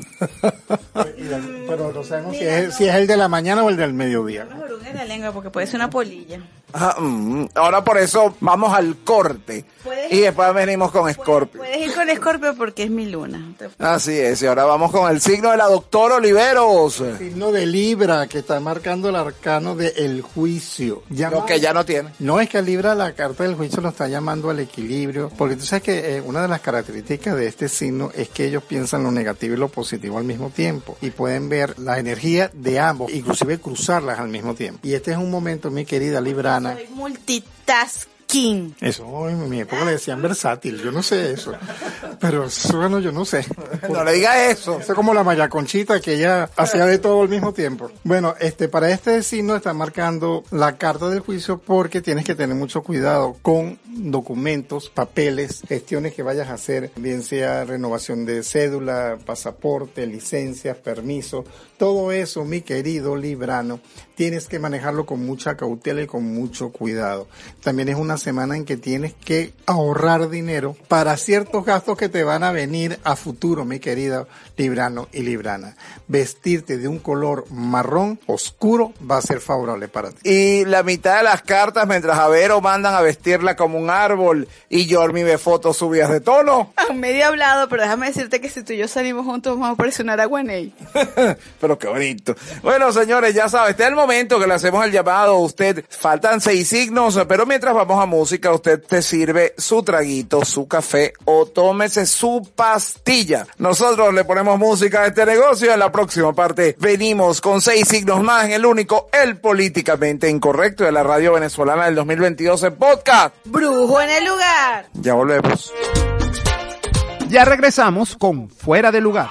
Pero no sabemos si es, si es el de la mañana o el del mediodía. Mejor un en la lengua porque puede ser una polilla. Ah, mm, ahora por eso vamos al corte y después venimos con Escorpio. Puedes ir con Escorpio porque es mi luna. Así es, y ahora vamos con el signo de la doctora Oliveros. El signo de Libra, que está marcando el arcano del juicio. Llama, lo que ya no tiene. No, es que Libra, la carta del juicio lo está llamando al equilibrio, porque tú sabes que eh, una de las características de este signo es que ellos piensan lo negativo y lo positivo al mismo tiempo, y pueden ver la energía de ambos, inclusive cruzarlas al mismo tiempo. Y este es un momento, mi querida Librana. Soy multitasking. Eso, en mi época le decían versátil, yo no sé eso. Pero bueno, yo no sé. No le diga eso. Eso es como la Maya Conchita, que ella hacía de todo al mismo tiempo. Bueno, este, para este signo está marcando la carta del juicio, porque tienes que tener mucho cuidado con documentos, papeles, gestiones que vayas a hacer, bien sea renovación de cédula, pasaporte, licencias, permisos, todo eso, mi querido Librano, tienes que manejarlo con mucha cautela y con mucho cuidado. También es una semana en que tienes que ahorrar dinero para ciertos gastos que te van a venir a futuro, mi querido Librano y Librana. Vestirte de un color marrón oscuro va a ser favorable para ti. Y la mitad de las cartas, mientras a Vero mandan a vestirla como un árbol y Yormi ve fotos subidas de tono. Medio hablado, pero déjame decirte que si tú y yo salimos juntos vamos a presionar a Guaney. Pero qué bonito. Bueno, señores, ya sabes, este es el momento que le hacemos el llamado a usted. Faltan seis signos, pero mientras vamos a música, usted te sirve su traguito, su café o tómese su pastilla. Nosotros le ponemos música a este negocio. En la próxima parte venimos con seis signos más en el único, el políticamente incorrecto de la radio venezolana del dos mil veintidós en podcast. Brujo en el lugar. Ya volvemos. Ya regresamos con Fuera de Lugar.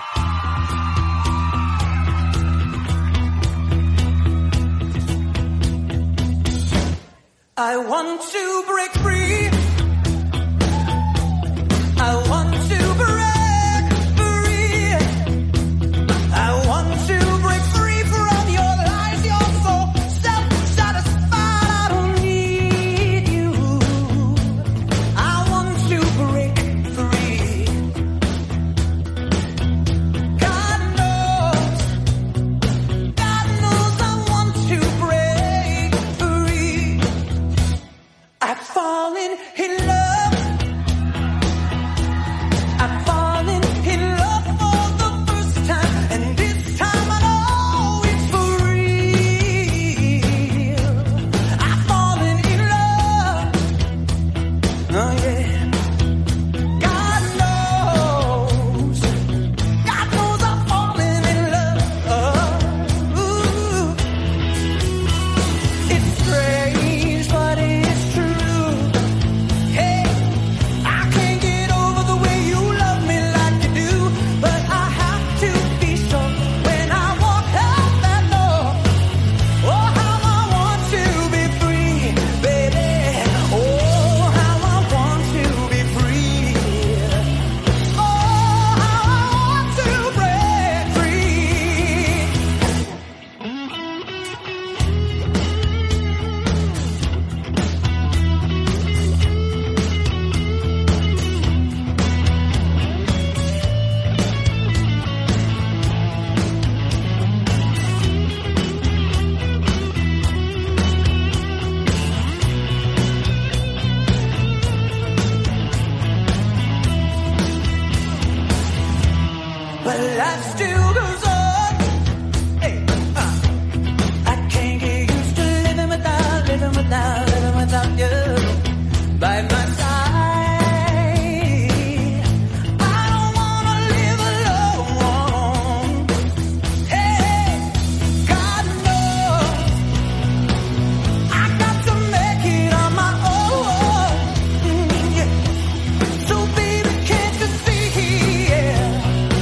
I want to break free. I want to break free. I want to break free from your lies. You're so self-satisfied. I don't need you. I want to break free. God knows, God knows I want to break free. but life still goes on. Hey, uh, I can't get used to living without, living without, living without you by my side. I don't wanna live alone. Hey, God knows I got to make it on my own. Mm, yeah. So baby, can't you see? Yeah,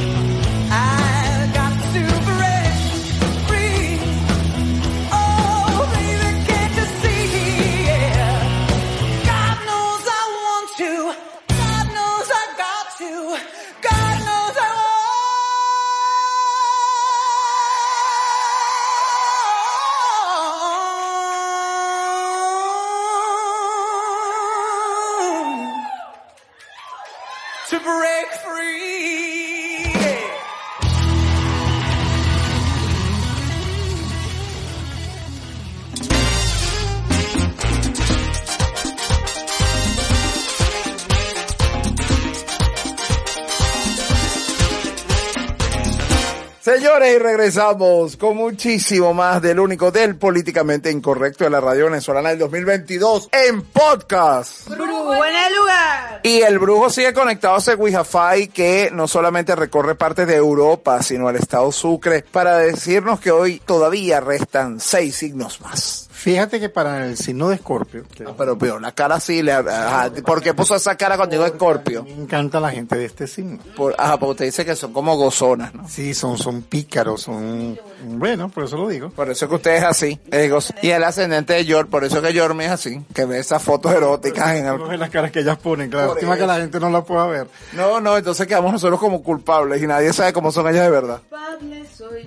I got to break free. Oh, baby, can't you see? Yeah, God knows I want to. God knows I got to. God knows I want to break free. Yeah. Señores, y regresamos con muchísimo más del único, del políticamente incorrecto de la radio venezolana del dos mil veintidós en podcast. Brujo en el lugar. Y el brujo sigue conectado a ese Wi-Fi que no solamente recorre partes de Europa, sino al estado Sucre, para decirnos que hoy todavía restan seis signos más. Fíjate que para el signo de Escorpio, que Ah, pero peor, la cara sí, le, ajá, ¿por qué puso esa cara cuando digo Escorpio? me encanta la gente de este signo. Por, ajá, porque usted dice que son como gozonas, ¿no? Sí, son, son pícaros, son, bueno, por eso lo digo. Por eso es que usted es así, es goz- y el ascendente de York, por eso es que York es así, que ve esas fotos eróticas en el... No ves las caras que ellas ponen, claro. Por Lástima que eso. la gente no la pueda ver. No, no, entonces quedamos nosotros como culpables y nadie sabe cómo son ellas de verdad. Culpable soy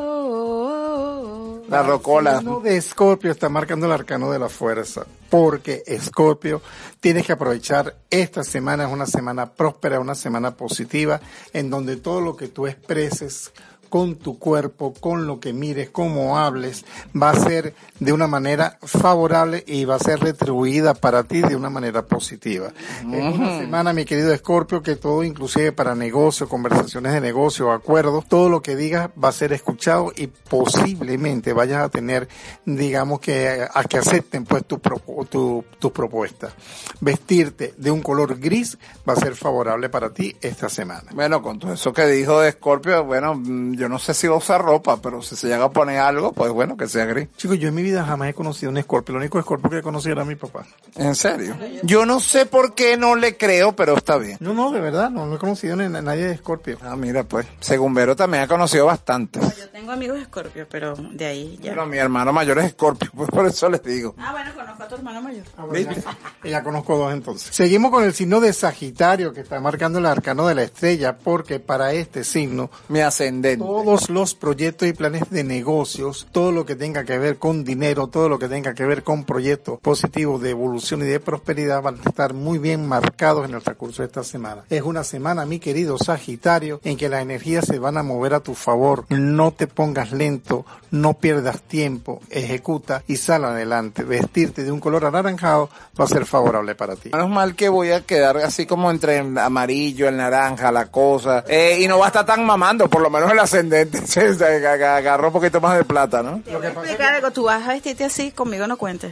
yo. La rocola. El signo de Escorpio está marcando el arcano de la fuerza, porque Escorpio tienes que aprovechar esta semana, es una semana próspera, una semana positiva, en donde todo lo que tú expreses con tu cuerpo, con lo que mires, cómo hables, va a ser de una manera favorable y va a ser retribuida para ti de una manera positiva. Es una semana, mi querido Escorpio, que todo, inclusive para negocio, conversaciones de negocio, acuerdos, todo lo que digas va a ser escuchado y posiblemente vayas a tener, digamos que, a que acepten pues tu, propo- tu, tus propuestas. Vestirte de un color gris va a ser favorable para ti esta semana. Bueno, con todo eso que dijo de Scorpio, bueno, mm, yo no sé si va a usar ropa, pero si se llega a poner algo, pues bueno, que sea gris. Chicos, yo en mi vida jamás he conocido un Escorpio. El único Escorpio que he conocido era mi papá. ¿En serio? Yo no sé por qué no le creo, pero está bien. No, no, de verdad, no, no he conocido ni a nadie de Escorpio. Ah, mira, pues, según Vero también ha conocido bastante. Yo tengo amigos Escorpio, pero de ahí ya. Pero mi hermano mayor es Scorpio, pues por eso les digo. Ah, bueno, conozco a tu hermano mayor. Ah, bueno, ya, ya conozco dos entonces. Seguimos con el signo de Sagitario, que está marcando el arcano de la estrella, porque para este signo, Mi ascendente. todos los proyectos y planes de negocios, todo lo que tenga que ver con dinero, todo lo que tenga que ver con proyectos positivos de evolución y de prosperidad van a estar muy bien marcados en el transcurso de esta semana. Es una semana, mi querido Sagitario, en que las energías se van a mover a tu favor. No te pongas lento, no pierdas tiempo, ejecuta y sal adelante. Vestirte de un color anaranjado va a ser favorable para ti. Menos mal que voy a quedar así como entre el amarillo, el naranja, la cosa. Eh, y no va a estar tan mamando, por lo menos el ascendente. Se agarró un poquito más de plata, ¿no? Te voy a explicar algo, tú vas a vestirte así, conmigo no cuentes.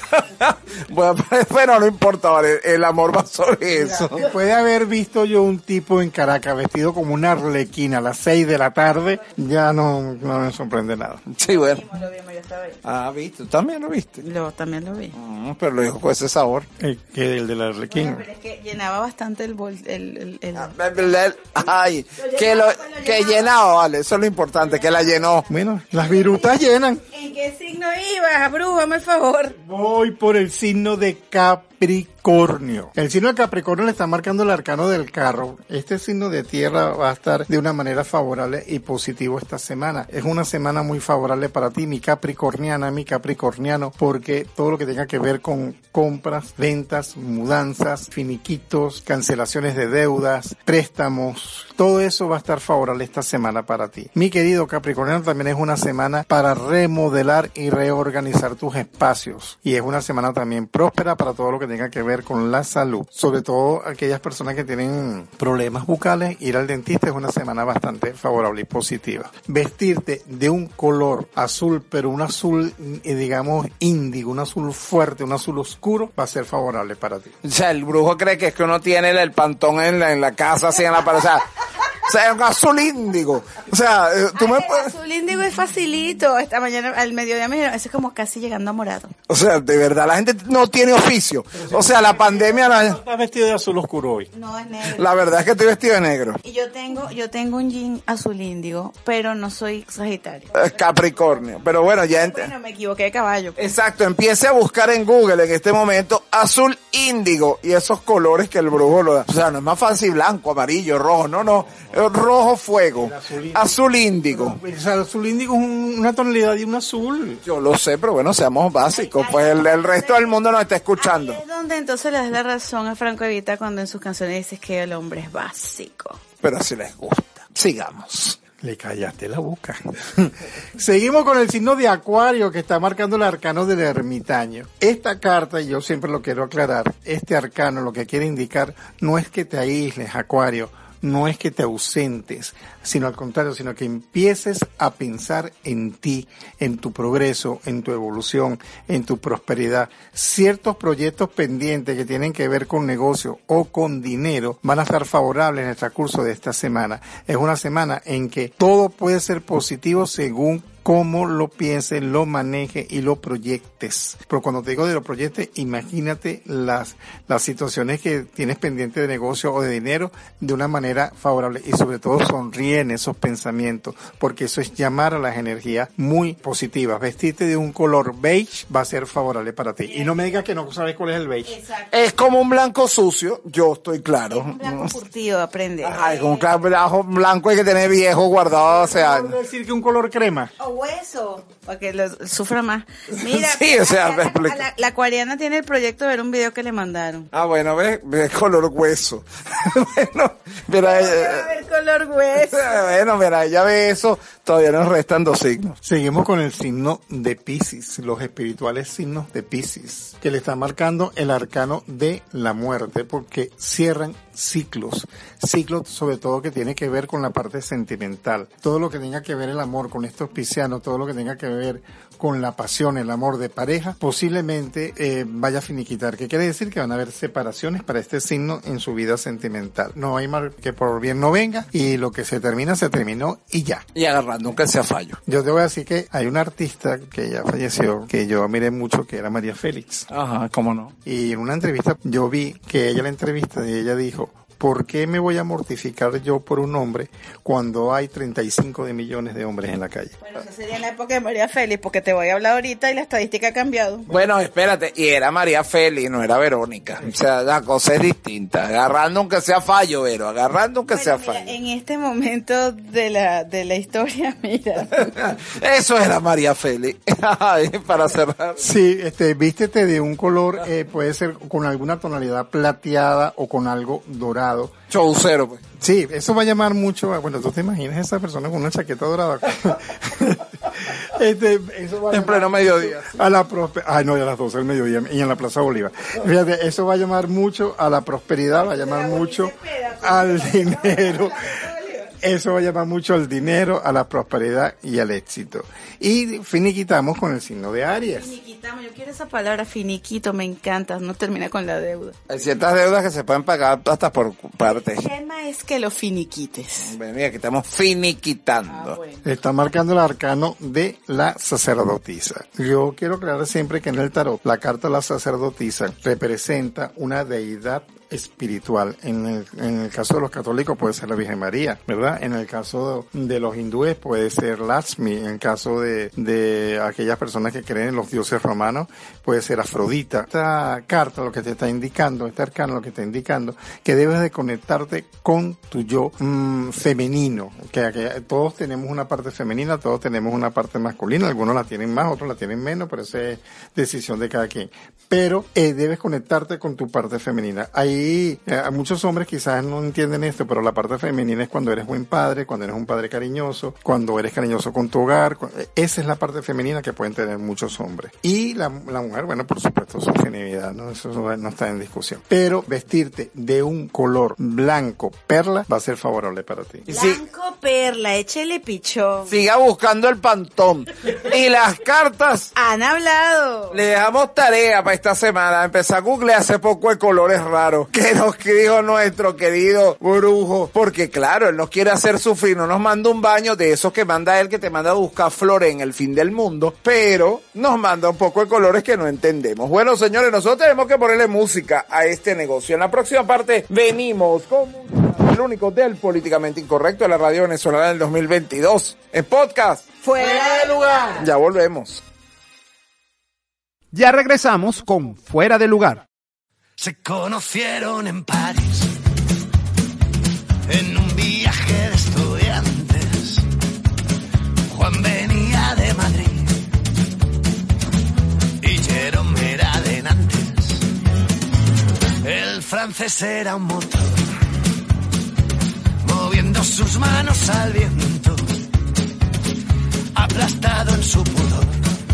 Bueno, pero no importa, vale, el amor va sobre eso. Después de haber visto yo un tipo en Caracas vestido como una arlequina a las seis de la tarde, ya no, no me sorprende nada. Sí, bueno. Lo vimos, yo estaba ahí. Ah, viste, tú también lo viste. Lo, también lo vi. Mm, pero lo dijo con ese sabor. El, que el de la arlequina. Pero es que llenaba bastante el bol, el, el, el- Ay, que lo que llenaba, vale, eso es lo importante, que la llenó. Bueno, las virutas llenan. ¿En qué signo ibas? Brujo, hazme el favor. Voy por el signo de Capricornio. El signo de Capricornio le está marcando el arcano del carro. Este signo de tierra va a estar de una manera favorable y positivo esta semana. Es una semana muy favorable para ti, mi capricorniana, mi capricorniano, porque todo lo que tenga que ver con compras, ventas, mudanzas, finiquitos, cancelaciones de deudas, préstamos, todo eso va a estar favorable esta semana para ti. Mi querido capricorniano, también es una semana para remodelar y reorganizar tus espacios. Y es una semana también próspera para todo lo que que tenga que ver con la salud. Sobre todo aquellas personas que tienen problemas bucales, ir al dentista es una semana bastante favorable y positiva. Vestirte de un color azul, pero un azul, eh, digamos, índigo, un azul fuerte, un azul oscuro, va a ser favorable para ti. O sea, el brujo cree que es que uno tiene el pantón en la, en la casa, así en la pared. O sea, o sea, un azul índigo. O sea, tú Ay, me el puedes... azul índigo es facilito. Esta mañana, al mediodía me dijeron, eso es como casi llegando a morado. O sea, de verdad, la gente no tiene oficio. O sea, la pandemia... La, ¿Estás vestido de azul oscuro hoy? No, es negro. la verdad es que estoy vestido de negro. Y yo tengo, yo tengo un jean azul índigo, pero no soy Sagitario. Es Capricornio. Pero bueno, ya... ent- Bueno, me equivoqué de caballo. Exacto, empiece a buscar en Google en este momento azul índigo y esos colores que el brujo lo da. O sea, no es más fácil blanco, amarillo, rojo, no, no, es rojo fuego, azul índigo. azul índigo. O sea, el azul índigo es un- una tonalidad de un azul. Yo lo sé, pero bueno, seamos básicos, pues el, el resto del mundo nos está escuchando. Ahí es donde entonces le das la razón a Franco Evita cuando en sus canciones dices que el hombre es básico. Pero así les gusta. Sigamos. Le callaste la boca. Seguimos con el signo de Acuario que está marcando el arcano del ermitaño. Esta carta, y yo siempre lo quiero aclarar, este arcano lo que quiere indicar no es que te aísles, Acuario, no es que te ausentes, sino al contrario, sino que empieces a pensar en ti, en tu progreso, en tu evolución, en tu prosperidad. Ciertos proyectos pendientes que tienen que ver con negocio o con dinero van a estar favorables en el transcurso de esta semana. Es una semana en que todo puede ser positivo según cómo lo pienses, lo manejes y lo proyectes. Pero cuando te digo de lo proyectes, imagínate las, las situaciones que tienes pendiente de negocio o de dinero de una manera favorable y sobre todo sonríe en esos pensamientos, porque eso es llamar a las energías muy positivas. Vestirte de un color beige va a ser favorable para ti. Y no me digas que no sabes cuál es el beige. Exacto. Es como un blanco sucio, yo estoy claro. Un blanco curtido, aprende. Ay, como un blanco, blanco hay que tener viejo guardado hace años. ¿Puedo decir que un color crema? O hueso, para que lo sufra más. Mira, Sí, o sea, a- a- me a explico. la, la acuariana tiene el proyecto de ver un video que le mandaron. Ah, bueno, ve, ve color hueso. Bueno, mira, Va a eh, ver color hueso. bueno, mira, ya ve eso, todavía nos restan dos signos. Seguimos con el signo de Piscis, los espirituales signos de Piscis, que le está marcando el arcano de la muerte, porque cierran ciclos, ciclos sobre todo que tiene que ver con la parte sentimental, todo lo que tenga que ver el amor con estos piscianos, todo lo que tenga que ver con la pasión, el amor de pareja, posiblemente eh, vaya a finiquitar. ¿Qué quiere decir? Que van a haber separaciones para este signo en su vida sentimental. No hay mal que por bien no venga y lo que se termina, se terminó y ya. Y agarrando que sea fallo. Yo te voy a decir que hay una artista que ya falleció, que yo admiré mucho, que era María Félix. Ajá, cómo no. Y en una entrevista yo vi que ella, en la entrevista, y ella dijo, ¿por qué me voy a mortificar yo por un hombre cuando hay treinta y cinco de millones de hombres en la calle? Bueno, eso sería en la época de María Félix, porque te voy a hablar ahorita y la estadística ha cambiado. Bueno, espérate, y era María Félix, no era Verónica. O sea, la cosa es distinta. Agarrando aunque sea fallo, Vero, agarrando aunque sea Bueno, mira, fallo. en este momento de la, de la historia, mira. Eso era María Félix. Ay, para cerrar. Sí, este, vístete de un color, eh, puede ser con alguna tonalidad plateada o con algo dorado. Chaucero, pues. Sí, eso va a llamar mucho a, bueno, tú te imaginas a esa persona con una chaqueta dorada. este, eso va a En llamar pleno mediodía. a la prospe- ay no, ya a las doce del mediodía y en la Plaza Bolívar. Fíjate, eso va a llamar mucho a la prosperidad, va a llamar mucho al dinero. Eso va a llamar mucho al dinero, a la prosperidad y al éxito. Y finiquitamos con el signo de Aries. Finiquitamos, yo quiero esa palabra finiquito, me encanta, no termina con la deuda. Hay ciertas deudas que se pueden pagar hasta por partes. El tema es que lo finiquites. Ven, mira, que estamos finiquitando. Ah, bueno. Está marcando el arcano de la sacerdotisa. Yo quiero aclarar siempre que en el tarot la carta de la sacerdotisa representa una deidad espiritual. En el, en el caso de los católicos puede ser la Virgen María, ¿verdad? En el caso de los hindúes puede ser Lakshmi. En el caso de, de aquellas personas que creen en los dioses romanos puede ser Afrodita. Esta carta lo que te está indicando, este arcano lo que te está indicando, que debes de conectarte con tu yo mmm, femenino. Que, que todos tenemos una parte femenina, todos tenemos una parte masculina. Algunos la tienen más, otros la tienen menos, pero esa es decisión de cada quien. Pero eh, debes conectarte con tu parte femenina. Hay Sí, eh, muchos hombres quizás no entienden esto, pero la parte femenina es cuando eres buen padre, cuando eres un padre cariñoso, cuando eres cariñoso con tu hogar. Esa es la parte femenina que pueden tener muchos hombres. Y la, la mujer, bueno, por supuesto, su genialidad, ¿no? Eso no está en discusión. Pero vestirte de un color blanco perla va a ser favorable para ti. Blanco perla, échele pichón. Siga buscando el pantón. Y las cartas. Han hablado. Le dejamos tarea para esta semana. Empecé a googlear hace poco de colores raros que nos dijo nuestro querido brujo. Porque claro, él nos quiere hacer sufrir. No nos manda un baño de esos que manda él, que te manda a buscar flores en el fin del mundo. Pero nos manda un poco de colores que no entendemos. Bueno, señores, nosotros tenemos que ponerle música a este negocio. En la próxima parte venimos con el único del políticamente incorrecto de la radio venezolana del dos mil veintidós. En podcast. Fuera de lugar. Ya volvemos. Ya regresamos con Fuera de Lugar. Se conocieron en París, en un viaje de estudiantes. Juan venía de Madrid y Jerome era de Nantes. El francés era un motor, moviendo sus manos al viento, aplastado en su pudor.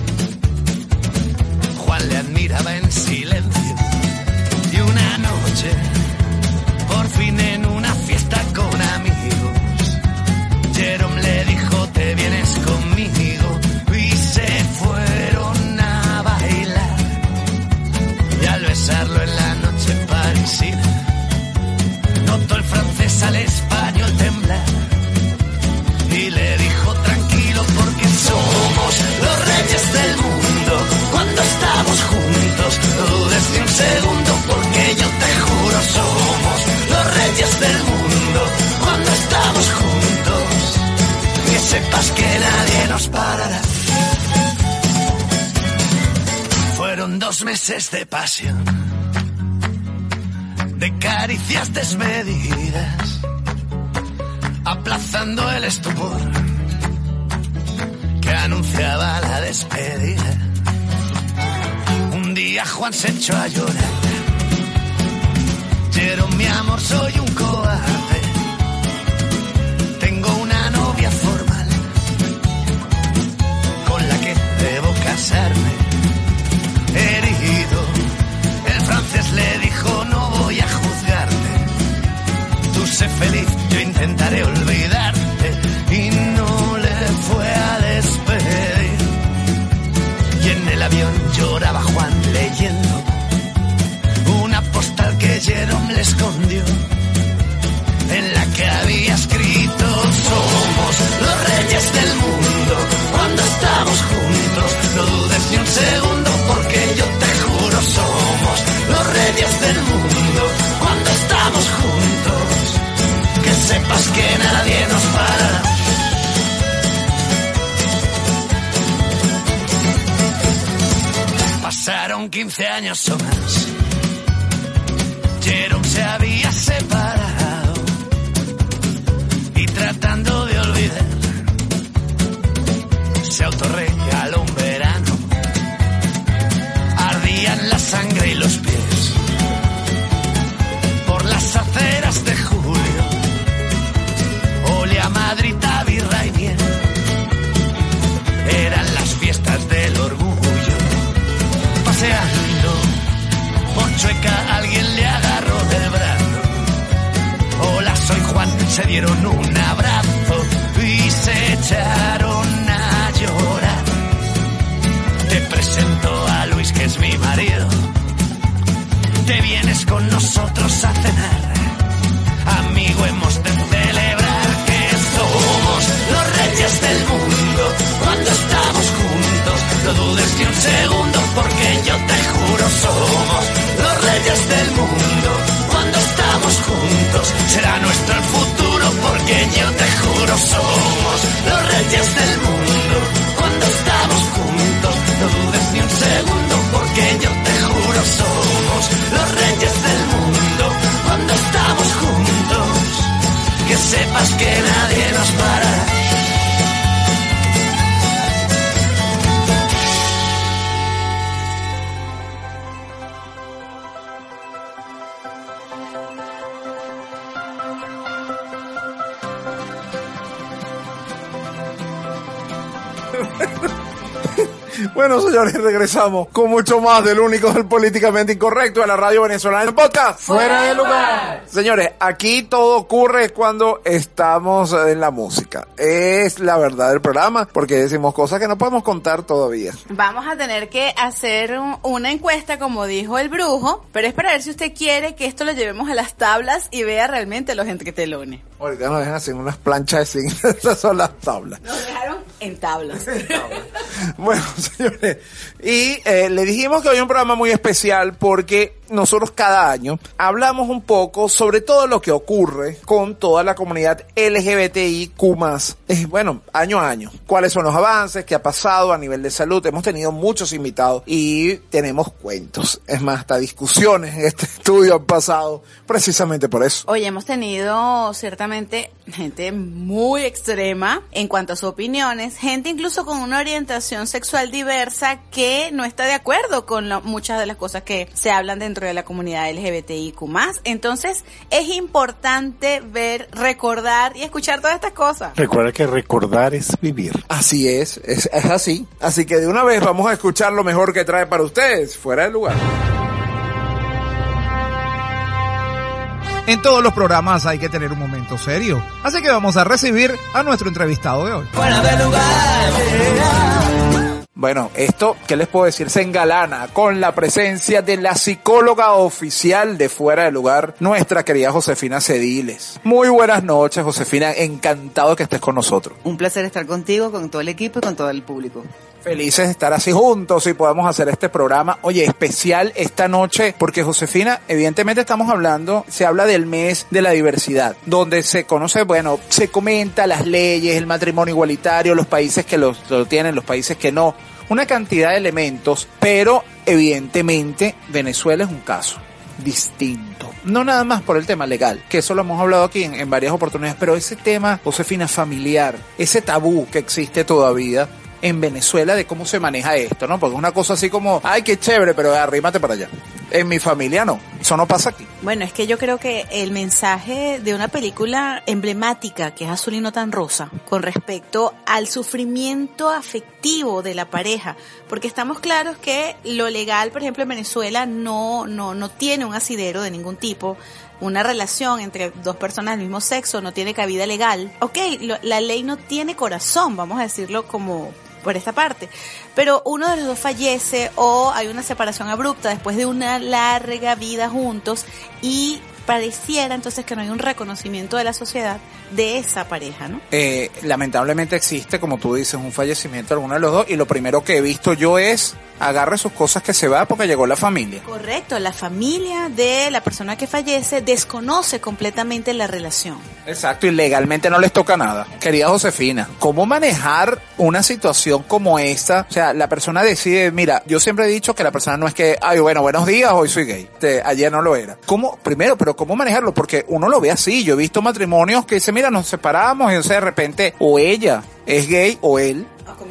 Juan le admiraba en silencio. Y una noche, por fin en una fiesta con amigos, Jerome le dijo, te vienes conmigo. Y se fueron a bailar. Y al besarlo en la noche parisina, notó el francés al español temblar. Y le dijo, tranquilo, porque somos los reyes del mundo. Cuando estamos juntos, no dudes ni un segundo, porque yo te juro, somos los reyes del mundo. Cuando estamos juntos, que sepas que nadie nos parará. Fueron dos meses de pasión, de caricias desmedidas, aplazando el estupor que anunciaba la despedida. Un día Juan se echó a llorar. Jerome, mi amor, soy un cobarde. Tengo una novia formal con la que debo casarme. Herido, el francés le dijo, no voy a juzgarte. Tú sé feliz, yo intentaré olvidarte. Y no le fue a despedir. Y en el avión lloraba Juan leyendo una postal que Jerome le escondió, en la que había escrito, somos los reyes del mundo. Cuando estamos juntos, no dudes ni un segundo, porque yo te juro, somos los reyes del mundo. Cuando estamos juntos, que sepas que nadie nos parará. Pasaron quince años o más. Jerome se había separado y tratando de olvidar, se autorregaló un verano. Ardían la sangre y los pies por las aceras de julio. Olía a Madrid, a birra y miel. Eran las fiestas del orgullo. Paseando por Chueca, alguien le agarró del brazo. Hola, soy Juan, se dieron un abrazo y se echaron a llorar. Te presento a Luis, que es mi marido. Te vienes con nosotros a cenar. Amigo, hemos de celebrar que somos los reyes del mundo. Cuando estamos juntos, no dudes ni un segundo, porque yo te juro, somos los reyes del mundo. Cuando estamos juntos, será nuestro el futuro, porque yo te juro, somos los reyes del mundo. Cuando estamos juntos, no dudes ni un segundo, porque yo te juro, somos los reyes del mundo. Cuando estamos juntos, que sepas que nadie nos parará. Bueno, señores, regresamos con mucho más del único, del políticamente incorrecto de la radio venezolana del podcast. Fuera de lugar. Señores, aquí todo ocurre cuando estamos en la música. Es la verdad del programa, porque decimos cosas que no podemos contar todavía. Vamos a tener que hacer un- una encuesta, como dijo el brujo, pero es para ver si usted quiere que esto lo llevemos a las tablas y vea realmente los entretelones. Ahorita nos dejan hacer unas planchas de zinc. Esas son las tablas. Nos dejaron en tablas. Bueno, señores, y eh, le dijimos que hoy es un programa muy especial porque nosotros cada año hablamos un poco sobre todo lo que ocurre con toda la comunidad L G B T I Q más. Eh, bueno, año a año. ¿Cuáles son los avances? ¿Qué ha pasado a nivel de salud? Hemos tenido muchos invitados y tenemos cuentos. Es más, hasta discusiones en este estudio han pasado precisamente por eso. Oye, hemos tenido ciertamente gente muy extrema en cuanto a sus opiniones, gente incluso con una orientación sexual diversa que no está de acuerdo con lo- muchas de las cosas que se hablan dentro de la comunidad L G B T I Q más. Entonces, es importante ver, recordar y escuchar todas estas cosas. Recuerda que recordar es vivir. Así es, es, es así. Así que de una vez vamos a escuchar lo mejor que trae para ustedes, Fuera de Lugar. En todos los programas hay que tener un momento serio. Así que vamos a recibir a nuestro entrevistado de hoy. Bueno, esto, ¿qué les puedo decir? Se engalana con la presencia de la psicóloga oficial de Fuera de Lugar, nuestra querida Josefina Cediles. Muy buenas noches, Josefina. Encantado que estés con nosotros. Un placer estar contigo, con todo el equipo y con todo el público. Felices de estar así juntos y podamos hacer este programa, oye, especial esta noche, porque Josefina, evidentemente estamos hablando, se habla del mes de la diversidad, donde se conoce, bueno, se comenta las leyes, el matrimonio igualitario, los países que lo, lo tienen, los países que no, una cantidad de elementos, pero evidentemente Venezuela es un caso distinto. No nada más por el tema legal, que eso lo hemos hablado aquí en, en varias oportunidades, pero ese tema, Josefina, familiar, ese tabú que existe todavía en Venezuela de cómo se maneja esto, ¿no? Porque es una cosa así como, ay, qué chévere, pero arrímate para allá. En mi familia no, eso no pasa aquí. Bueno, es que yo creo que el mensaje de una película emblemática que es Azul y no tan rosa, con respecto al sufrimiento afectivo de la pareja, porque estamos claros que lo legal, por ejemplo, en Venezuela no, no, no tiene un asidero de ningún tipo. Una relación entre dos personas del mismo sexo no tiene cabida legal. Ok, lo, la ley no tiene corazón, vamos a decirlo como por esta parte, pero uno de los dos fallece o hay una separación abrupta después de una larga vida juntos y pareciera entonces que no hay un reconocimiento de la sociedad de esa pareja, ¿no? Eh, lamentablemente existe, como tú dices, un fallecimiento de alguno de los dos y lo primero que he visto yo es agarre sus cosas que se va porque llegó la familia. Correcto, la familia de la persona que fallece desconoce completamente la relación. Exacto, y legalmente no les toca nada. Querida Josefina, ¿cómo manejar una situación como esta? O sea, la persona decide, mira, yo siempre he dicho que la persona no es que, ay, bueno, buenos días, hoy soy gay. Te, ayer no lo era. ¿Cómo? Primero, pero ¿cómo manejarlo? Porque uno lo ve así. Yo he visto matrimonios que dicen, mira, nos separamos y o sea, de repente o ella es gay o él.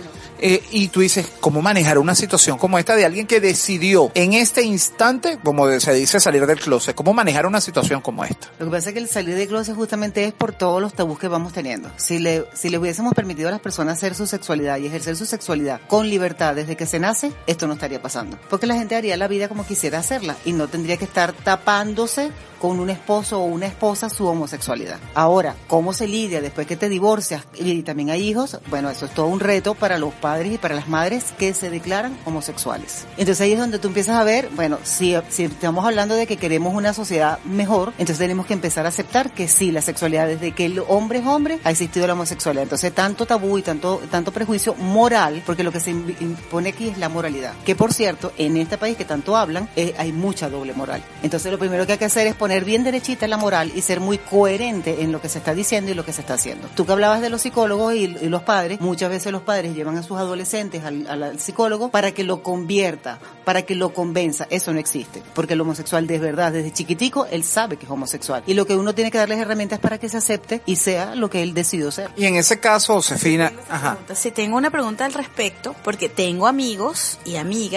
Eh, y tú dices, ¿cómo manejar una situación como esta de alguien que decidió en este instante, como se dice, salir del closet? ¿Cómo manejar una situación como esta? Lo que pasa es que el salir del closet justamente es por todos los tabús que vamos teniendo. Si le, si le hubiésemos permitido a las personas hacer su sexualidad y ejercer su sexualidad con libertad desde que se nace, esto no estaría pasando. Porque la gente haría la vida como quisiera hacerla y no tendría que estar tapándose con un esposo o una esposa su homosexualidad. Ahora, ¿cómo se lidia después que te divorcias y también hay hijos? Bueno, eso es todo un reto para los padres y para las madres que se declaran homosexuales. Entonces ahí es donde tú empiezas a ver, bueno, si, si estamos hablando de que queremos una sociedad mejor, entonces tenemos que empezar a aceptar que sí, la sexualidad, desde que el hombre es hombre, ha existido la homosexualidad. Entonces tanto tabú y tanto, tanto prejuicio moral, porque lo que se impone aquí es la moralidad. Que por cierto, en este país que tanto hablan, eh, hay mucha doble moral. Entonces lo primero que hay que hacer es poner bien derechita la moral y ser muy coherente en lo que se está diciendo y lo que se está haciendo. Tú que hablabas de los psicólogos y, y los padres, muchas veces los padres llevan a sus adolescentes al, al, al psicólogo para que lo convierta, para que lo convenza. Eso no existe, porque el homosexual de verdad, desde chiquitico, él sabe que es homosexual. Y lo que uno tiene que darles herramientas para que se acepte y sea lo que él decidió ser. Y en ese caso, Josefina, ajá. Si tengo una pregunta al respecto, porque tengo amigos y amigas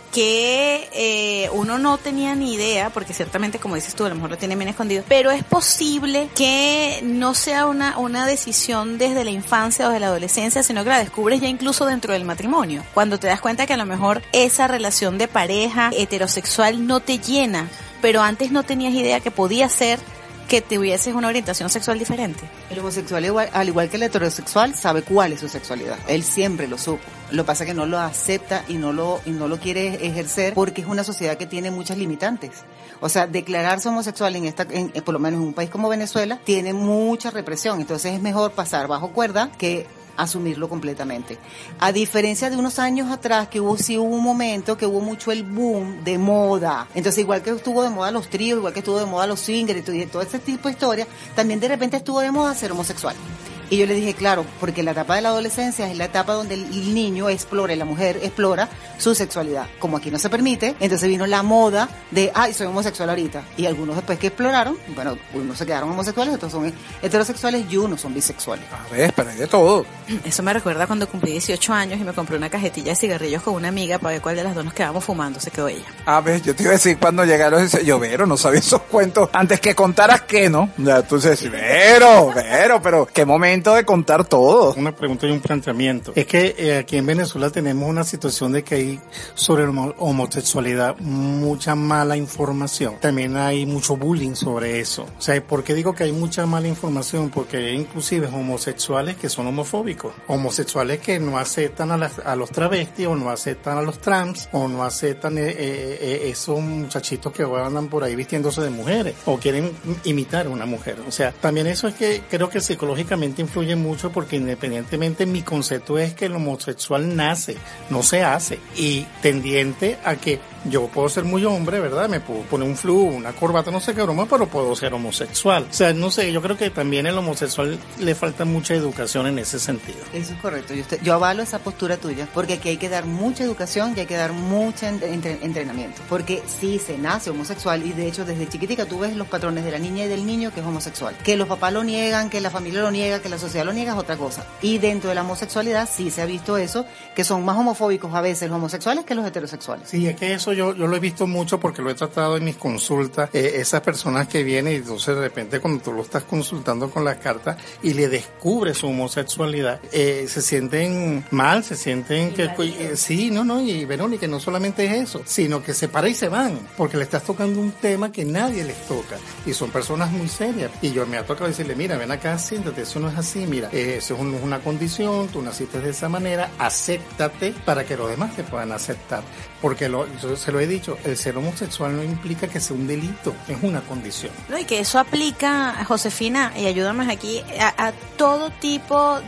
que eh, uno no tenía ni idea, porque ciertamente, como dices tú, a lo mejor lo tiene bien escondido, pero es posible que no sea una, una decisión desde la infancia o desde la adolescencia, sino que la descubres ya incluso dentro del matrimonio, cuando te das cuenta que a lo mejor esa relación de pareja heterosexual no te llena, pero antes no tenías idea que podía ser que tuvieses una orientación sexual diferente. El homosexual, igual, al igual que el heterosexual, sabe cuál es su sexualidad. Él siempre lo supo. Lo que pasa es que no lo acepta y no lo, y no lo quiere ejercer porque es una sociedad que tiene muchas limitantes. O sea, declararse homosexual en esta, en, por lo menos en un país como Venezuela, tiene mucha represión. Entonces es mejor pasar bajo cuerda que asumirlo completamente. A diferencia de unos años atrás, que hubo sí hubo un momento que hubo mucho el boom de moda. Entonces, igual que estuvo de moda los tríos, igual que estuvo de moda los swingers y todo ese tipo de historias, también de repente estuvo de moda ser homosexual. Y yo le dije, claro, porque la etapa de la adolescencia es la etapa donde el niño explora y la mujer explora su sexualidad. Como aquí no se permite, entonces vino la moda de, ay, soy homosexual ahorita. Y algunos después que exploraron, bueno, unos se quedaron homosexuales, otros son heterosexuales y unos son bisexuales. A ver, pero hay de todo. Eso me recuerda cuando cumplí dieciocho años y me compré una cajetilla de cigarrillos con una amiga para ver cuál de las dos nos quedamos fumando. Se quedó ella. A ver, yo te iba a decir cuando llegaron, ese, yo, Vero, no sabía esos cuentos. Antes que contaras qué, ¿no? Ya tú dices, Vero, Vero, pero qué momento de contar todo. Una pregunta y un planteamiento. Es que eh, aquí en Venezuela tenemos una situación de que hay sobre la homosexualidad mucha mala información. También hay mucho bullying sobre eso. O sea, ¿por qué digo que hay mucha mala información? Porque hay inclusive homosexuales que son homofóbicos. Homosexuales que no aceptan a, las, a los travestis o no aceptan a los trans o no aceptan eh, eh, esos muchachitos que andan por ahí vistiéndose de mujeres o quieren imitar a una mujer. O sea, también eso es que creo que psicológicamente influye mucho mucho porque independientemente mi concepto es que el homosexual nace, no se hace, y tendiente a que yo puedo ser muy hombre, ¿verdad? Me puedo poner un flu, una corbata, no sé qué broma, pero puedo ser homosexual. O sea, no sé, yo creo que también el homosexual le falta mucha educación en ese sentido. Eso es correcto. Yo, usted, yo avalo esa postura tuya, porque aquí hay que dar mucha educación y hay que dar mucho entre, entrenamiento. Porque sí, se nace homosexual y de hecho desde chiquitica tú ves los patrones de la niña y del niño que es homosexual. Que los papás lo niegan, que la familia lo niega, que la sociedad lo niega es otra cosa. Y dentro de la homosexualidad sí se ha visto eso, que son más homofóbicos a veces los homosexuales que los heterosexuales. Sí, es que eso yo, yo lo he visto mucho porque lo he tratado en mis consultas, eh, esas personas que vienen y entonces de repente cuando tú lo estás consultando con las cartas y le descubres su homosexualidad, eh, se sienten mal, se sienten que, eh, sí, no, no, y Verónica, no solamente es eso, sino que se para y se van, porque le estás tocando un tema que nadie les toca, y son personas muy serias, y yo me ha tocado decirle, mira, ven acá, siéntate, eso no es así, mira, eh, eso es un, una condición, tú naciste de esa manera, acéptate para que los demás te puedan aceptar, porque lo, yo se lo he dicho, el ser homosexual no implica que sea un delito, es una condición. No, y que eso aplica, Josefina, y ayúdame aquí, a, a todo tipo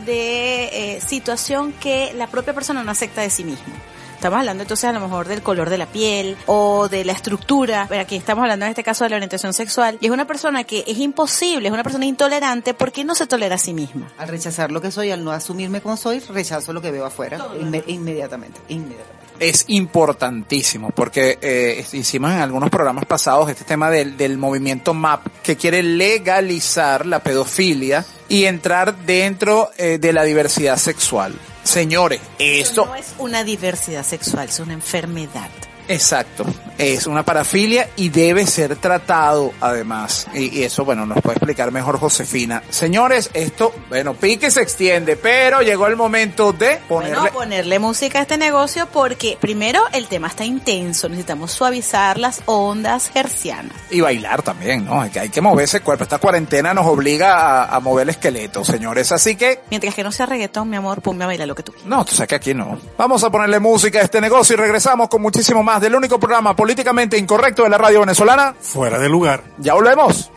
de eh, situación que la propia persona no acepta de sí mismo. Estamos hablando entonces a lo mejor del color de la piel o de la estructura, pero aquí estamos hablando en este caso de la orientación sexual, y es una persona que es imposible, es una persona intolerante porque no se tolera a sí misma. Al rechazar lo que soy, al no asumirme como soy, rechazo lo que veo afuera, inme- inmediatamente, inmediatamente. Es importantísimo porque eh, hicimos en algunos programas pasados este tema del, del movimiento M A P que quiere legalizar la pedofilia y entrar dentro eh, de la diversidad sexual. Señores, esto no es una diversidad sexual, es una enfermedad. Exacto, es una parafilia y debe ser tratado además, y, y eso bueno nos puede explicar mejor Josefina. Señores, esto, bueno, pique se extiende, pero llegó el momento de ponerle... Bueno, ponerle música a este negocio porque primero el tema está intenso, necesitamos suavizar las ondas hercianas. Y bailar también, ¿no? Hay que, hay que mover ese cuerpo, esta cuarentena nos obliga a, a mover el esqueleto, señores, así que... Mientras que no sea reggaetón, mi amor, ponme a bailar lo que tú quieras. No, tú sabes que aquí no. Vamos a ponerle música a este negocio y regresamos con muchísimo más del único programa políticamente incorrecto de la radio venezolana. Fuera de lugar. Ya volvemos.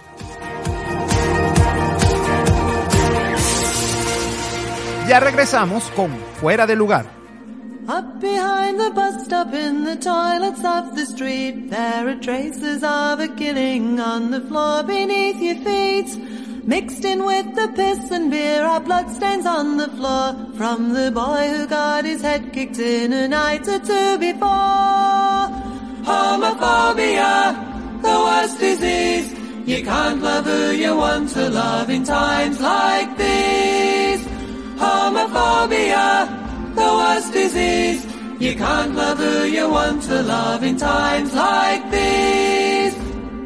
Ya regresamos con Fuera de Lugar. Up behind the bus stop in the toilets of the street, there are traces of a killing on the floor beneath your feet. Mixed in with the piss and beer are bloodstains on the floor from the boy who got his head kicked in a night or two before. Homophobia, the worst disease. You can't love who you want to love in times like these. Homophobia, the worst disease. You can't love who you want to love in times like these.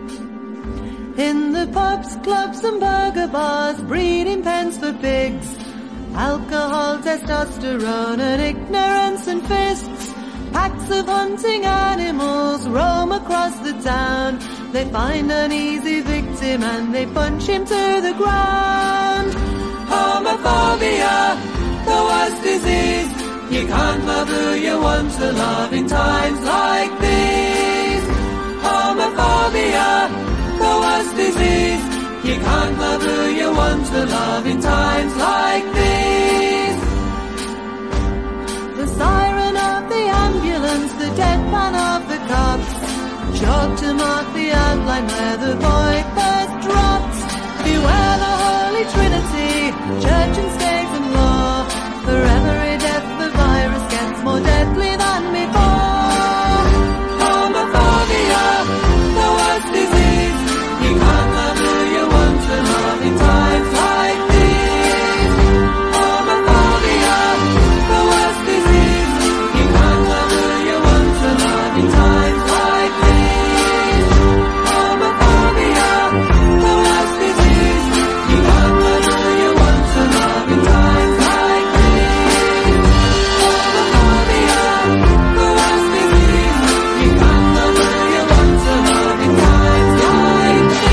In the pubs, clubs and burger bars, breeding pens for pigs. Alcohol, testosterone and ignorance and fists. Packs of hunting animals roam across the town. They find an easy victim and they punch him to the ground. Homophobia, the worst disease. You can't love who you want to love in times like these. Homophobia, the worst disease. You can't love who you want to love in times like these. The siren of the ambulance, the deadpan of the cops, chalk to mark the outline where the boy first dropped. Beware the Holy Trinity, church and state and law. For every death the virus gets more deadly than before. Homophobia, the worst disease. You can't love who you want to love in times like these. Homophobia, the worst disease. You can't love who you want to love in times like these. Homophobia, the worst disease. You can't love who you want to love in times like these. Homophobia, the worst disease. You can't love who you want to love in times like these.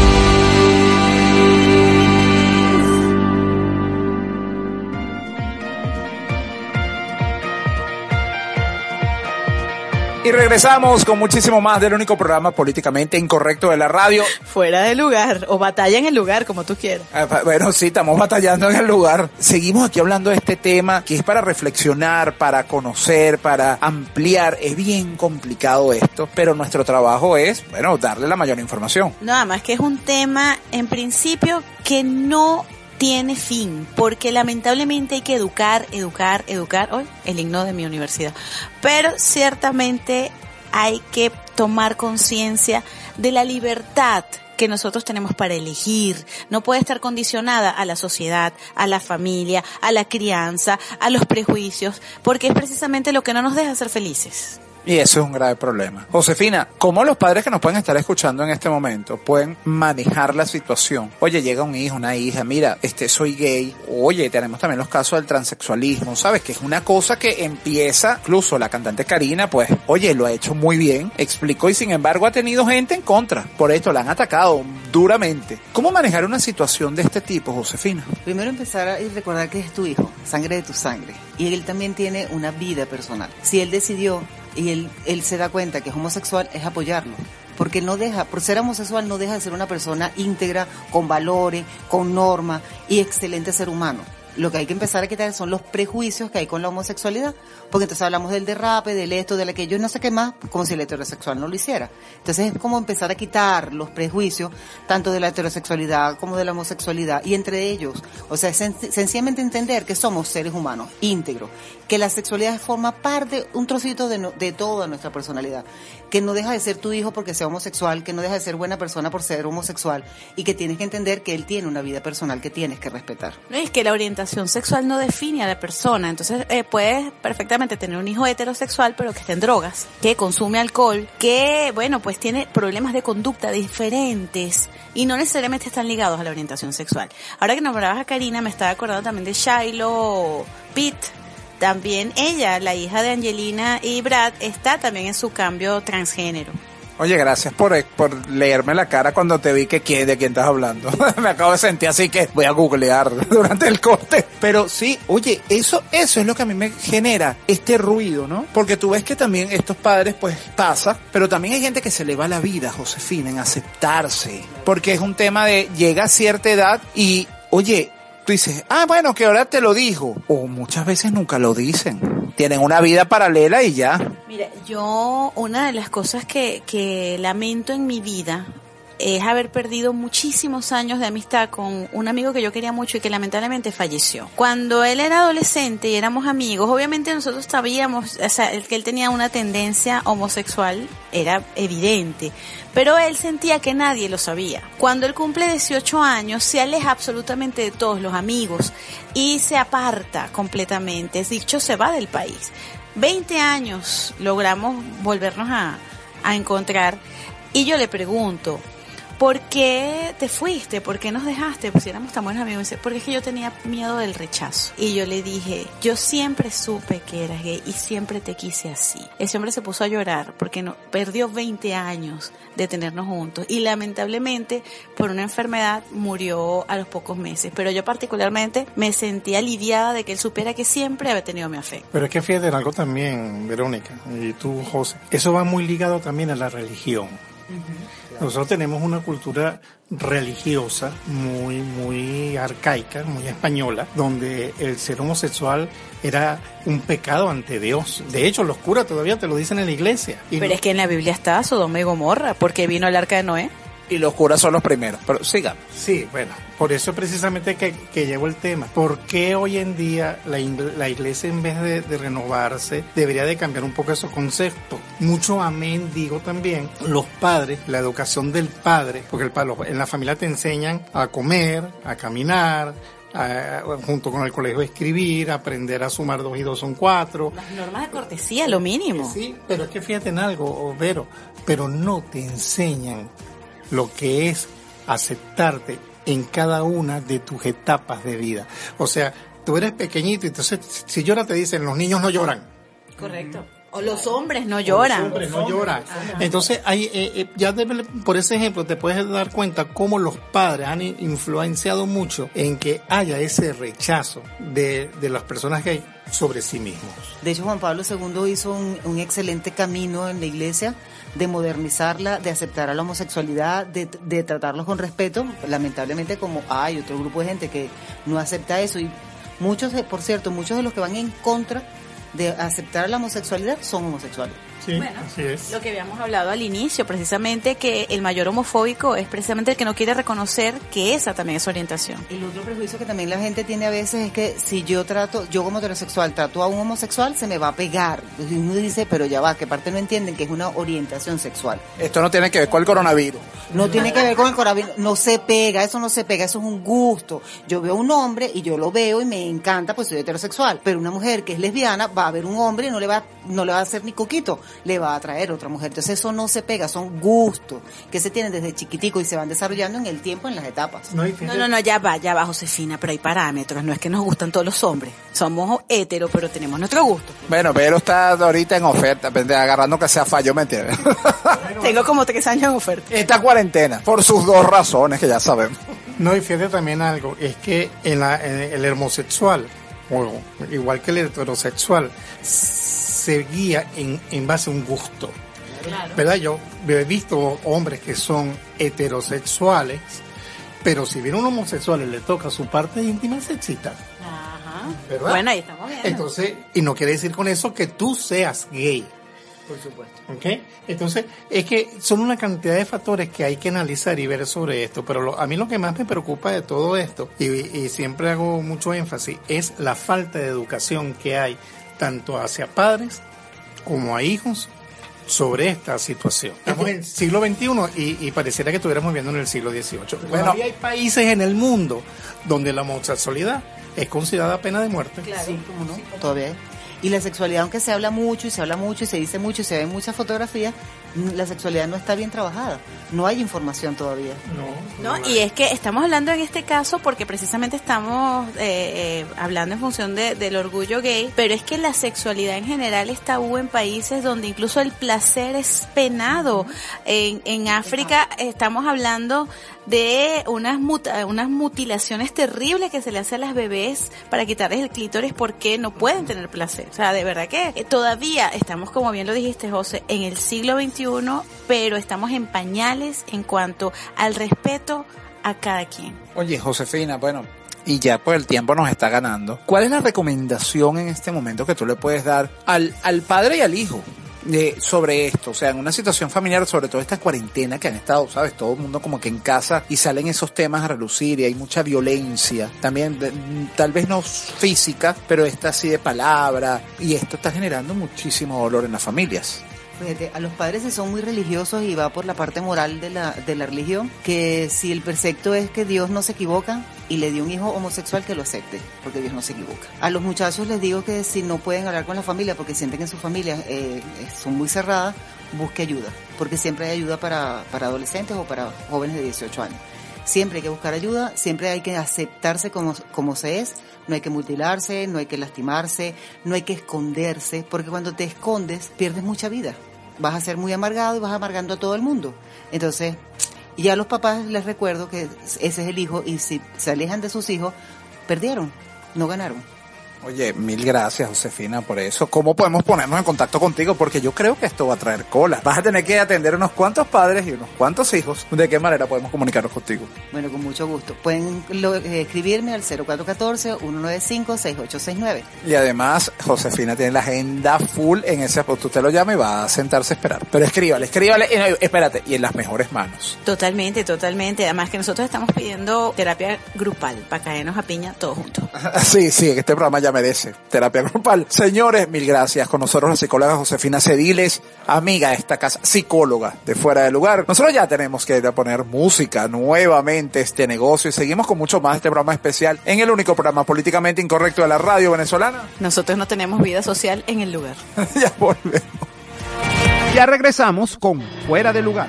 Y regresamos con muchísimo más del único programa políticamente incorrecto de la radio. Fuera de lugar, o batalla en el lugar, como tú quieras. Ah, bueno, sí, estamos batallando en el lugar. Seguimos aquí hablando de este tema que es para reflexionar, para conocer, para ampliar. Es bien complicado esto, pero nuestro trabajo es, bueno, darle la mayor información. Nada más que es un tema, en principio, que no tiene fin, porque lamentablemente hay que educar, educar, educar, hoy el himno de mi universidad, pero ciertamente hay que tomar conciencia de la libertad que nosotros tenemos para elegir. No puede estar condicionada a la sociedad, a la familia, a la crianza, a los prejuicios, porque es precisamente lo que no nos deja ser felices. Y eso es un grave problema. Josefina, ¿cómo los padres que nos pueden estar escuchando en este momento pueden manejar la situación? Oye, llega un hijo, una hija, mira, este, soy gay. Oye, tenemos también los casos del transexualismo, ¿sabes? Que es una cosa que empieza, incluso la cantante Karina, pues, oye, lo ha hecho muy bien, explicó y sin embargo ha tenido gente en contra. Por esto la han atacado duramente. ¿Cómo manejar una situación de este tipo, Josefina? Primero empezar a recordar que es tu hijo, sangre de tu sangre. Y él también tiene una vida personal. Si él decidió y él, él se da cuenta que es homosexual, es apoyarlo. Porque no deja, por ser homosexual no deja de ser una persona íntegra, con valores, con normas y excelente ser humano. Lo que hay que empezar a quitar son los prejuicios que hay con la homosexualidad, porque entonces hablamos del derrape, del esto, del aquello, no sé qué más, como si el heterosexual no lo hiciera. Entonces es como empezar a quitar los prejuicios, tanto de la heterosexualidad como de la homosexualidad, y entre ellos, o sea, sen- sencillamente entender que somos seres humanos, íntegros, que la sexualidad forma parte, un trocito de, no, de toda nuestra personalidad, que no deja de ser tu hijo porque sea homosexual, que no deja de ser buena persona por ser homosexual, y que tienes que entender que él tiene una vida personal que tienes que respetar. No, es que la orientación sexual no define a la persona, entonces eh, puedes perfectamente tener un hijo heterosexual pero que esté en drogas, que consume alcohol, que bueno pues tiene problemas de conducta diferentes y no necesariamente están ligados a la orientación sexual. Ahora que nombrabas a Karina me estaba acordando también de Shiloh Pitt. También ella, la hija de Angelina y Brad, está también en su cambio transgénero. Oye, gracias por, por leerme la cara cuando te vi que quién, de quién estás hablando. Me acabo de sentir así que voy a googlear durante el corte. Pero sí, oye, eso, eso es lo que a mí me genera este ruido, ¿no? Porque tú ves que también estos padres, pues, pasa, pero también hay gente que se le va la vida, Josefina, en aceptarse. Porque es un tema de llega a cierta edad y, oye, tú dices, ah, bueno, que ahora te lo dijo. O muchas veces nunca lo dicen. Tienen una vida paralela y ya. Mira, yo una de las cosas que, que lamento en mi vida es haber perdido muchísimos años de amistad con un amigo que yo quería mucho y que lamentablemente falleció. Cuando él era adolescente y éramos amigos, obviamente nosotros sabíamos, o sea, que él tenía una tendencia homosexual, era evidente, pero él sentía que nadie lo sabía. Cuando él cumple dieciocho años, se aleja absolutamente de todos los amigos y se aparta completamente, es dicho, se va del país. veinte años logramos volvernos a, a encontrar y yo le pregunto, ¿por qué te fuiste? ¿Por qué nos dejaste? Pues si éramos tan buenos amigos. Dice, porque es que yo tenía miedo del rechazo. Y yo le dije, yo siempre supe que eras gay y siempre te quise así. Ese hombre se puso a llorar porque no, perdió veinte años de tenernos juntos. Y lamentablemente, por una enfermedad, murió a los pocos meses. Pero yo particularmente me sentí aliviada de que él supiera que siempre había tenido mi afecto. Pero es que fíjate en algo también, Verónica, y tú, José. Eso va muy ligado también a la religión. Uh-huh. Nosotros tenemos una cultura religiosa muy, muy arcaica, muy española, donde el ser homosexual era un pecado ante Dios. De hecho, los curas todavía te lo dicen en la iglesia. Y Pero no... es que en la Biblia está Sodoma y Gomorra, porque vino el arca de Noé. Y los curas son los primeros, pero sigan. Sí, bueno, por eso precisamente que, que llevo el tema. ¿Por qué hoy en día la, la iglesia, en vez de, de renovarse, debería de cambiar un poco esos conceptos? Mucho amén, digo también, los padres, la educación del padre, porque el, en la familia te enseñan a comer, a caminar, a, junto con el colegio a escribir, a aprender a sumar dos y dos son cuatro. Las normas de cortesía, lo mínimo. Sí, pero es que fíjate en algo, Vero, pero no te enseñan lo que es aceptarte en cada una de tus etapas de vida. O sea, tú eres pequeñito, entonces si llora te dicen, los niños no lloran. Correcto. O los hombres no lloran. Los hombres no lloran. Entonces, hay, eh, eh, ya debe, por ese ejemplo te puedes dar cuenta cómo los padres han influenciado mucho en que haya ese rechazo de, de las personas gay sobre sí mismos. De hecho, Juan Pablo segundo hizo un, un excelente camino en la iglesia de modernizarla, de aceptar a la homosexualidad, de, de tratarlos con respeto. Lamentablemente, como hay otro grupo de gente que no acepta eso, y muchos, por cierto, muchos de los que van en contra de aceptar a la homosexualidad son homosexuales. Sí, bueno, así es. Lo que habíamos hablado al inicio, precisamente que el mayor homofóbico es precisamente el que no quiere reconocer que esa también es su orientación. El otro prejuicio que también la gente tiene a veces es que si yo trato, yo como heterosexual trato a un homosexual, se me va a pegar. Y uno dice, pero ya va, que parte no entienden que es una orientación sexual. Esto no tiene que ver con el coronavirus. No tiene que ver con el coronavirus, no se pega, eso no se pega, eso es un gusto. Yo veo un hombre y yo lo veo y me encanta, pues soy heterosexual, pero una mujer que es lesbiana va a ver un hombre y no le va, no le va a hacer ni coquito, le va a atraer otra mujer. Entonces eso no se pega, son gustos que se tienen desde chiquitico y se van desarrollando en el tiempo, en las etapas. No, no, no, no, ya va, ya va, Josefina, pero hay parámetros, no es que nos gustan todos los hombres, somos heteros, pero tenemos nuestro gusto. Bueno, pero está ahorita en oferta, agarrando que sea fallo, ¿me entiendes? Tengo como tres años en oferta. Esta cuarentena, por sus dos razones que ya sabemos. No, y fíjate también algo, es que en, la, en el homosexual, o igual que el heterosexual, se guía en, en base a un gusto. Claro. ¿Verdad? Yo he visto hombres que son heterosexuales, pero si viene un homosexual y le toca su parte íntima, se excita. Ajá. ¿Verdad? Bueno, ahí estamos viendo. Entonces, y no quiere decir con eso que tú seas gay. Por supuesto. ¿Okay? Entonces, es que son una cantidad de factores que hay que analizar y ver sobre esto, pero lo, a mí lo que más me preocupa de todo esto, y, y siempre hago mucho énfasis, es la falta de educación que hay tanto hacia padres como a hijos sobre esta situación. Estamos en el siglo veintiuno y, y pareciera que estuviéramos viviendo en el siglo dieciocho. Bueno, hay países en el mundo donde la homosexualidad es considerada pena de muerte. Claro, sí, ¿cómo no? Todavía hay. Y la sexualidad, aunque se habla mucho y se habla mucho y se dice mucho y se ven muchas fotografías, la sexualidad no está bien trabajada. No hay información todavía. No, no, y es que estamos hablando en este caso porque precisamente estamos eh, eh, hablando en función de, del orgullo gay, pero es que la sexualidad en general es tabú en países donde incluso el placer es penado. En, en África estamos hablando de unas muta, unas mutilaciones terribles que se le hace a las bebés para quitarles el clítoris porque no pueden tener placer. O sea, de verdad que todavía estamos, como bien lo dijiste, José, en el siglo veintiuno, pero estamos en pañales en cuanto al respeto a cada quien. Oye, Josefina, bueno, y ya pues el tiempo nos está ganando. ¿Cuál es la recomendación en este momento que tú le puedes dar al, al padre y al hijo de, sobre esto? O sea, en una situación familiar, sobre todo esta cuarentena que han estado, ¿sabes? Todo el mundo como que en casa y salen esos temas a relucir y hay mucha violencia. También, de, tal vez no física, pero esta así de palabra. Y esto está generando muchísimo dolor en las familias. Fíjate, a los padres si son muy religiosos y va por la parte moral de la, de la religión, que si el precepto es que Dios no se equivoca y le dio un hijo homosexual, que lo acepte, porque Dios no se equivoca. A los muchachos les digo que si no pueden hablar con la familia porque sienten que sus familias eh, son muy cerradas, busque ayuda, porque siempre hay ayuda para, para adolescentes o para jóvenes de dieciocho años. Siempre hay que buscar ayuda, siempre hay que aceptarse como, como se es, no hay que mutilarse, no hay que lastimarse, no hay que esconderse, porque cuando te escondes pierdes mucha vida. Vas a ser muy amargado y vas amargando a todo el mundo. Entonces, ya a los papás les recuerdo que ese es el hijo y si se alejan de sus hijos, perdieron, no ganaron. Oye, mil gracias, Josefina, por eso. ¿Cómo podemos ponernos en contacto contigo? Porque yo creo que esto va a traer cola. Vas a tener que atender unos cuantos padres y unos cuantos hijos. ¿De qué manera podemos comunicarnos contigo? Bueno, con mucho gusto. Pueden lo, eh, escribirme al cero cuatro uno cuatro, uno nueve cinco, seis ocho seis nueve. Y además, Josefina tiene la agenda full en ese aspecto. Usted lo llama y va a sentarse a esperar. Pero escríbale, escríbale, y no, espérate, y en las mejores manos. Totalmente, totalmente. Además que nosotros estamos pidiendo terapia grupal para caernos a piña todos juntos. Sí, sí, en este programa ya merece terapia grupal. Señores, mil gracias. Con nosotros la psicóloga Josefina Cediles, amiga de esta casa, psicóloga de Fuera de Lugar. Nosotros ya tenemos que ir a poner música nuevamente este negocio y seguimos con mucho más este programa especial en el único programa políticamente incorrecto de la radio venezolana. Nosotros no tenemos vida social en el lugar. Ya volvemos. Ya regresamos con Fuera de Lugar.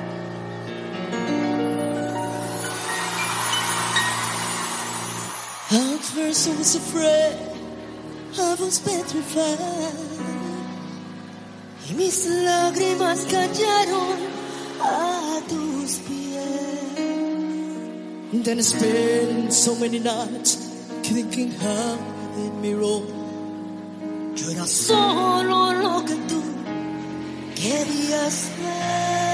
At first I was afraid, I was petrified. Y mis lágrimas cayeron a tus pies. Then I spent so many nights thinking how did me wrong. Yo era solo lo que tú querías ver.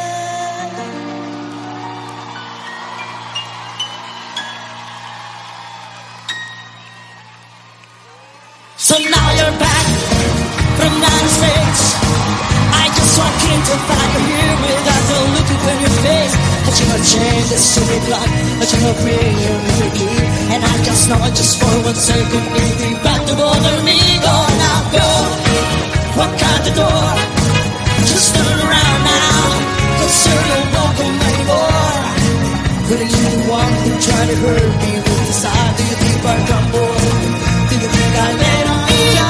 So now you're back from United States. I just walk into find you here without the look on your face. But you have changed the city block, but you have really the key. And I just know just for one second you'll be back to bother me. Go now, go, walk out the door. Just turn around now, cause you're not welcome anymore. Will you want to try to hurt me with the side? Do you think I come bored? Do you think I let on?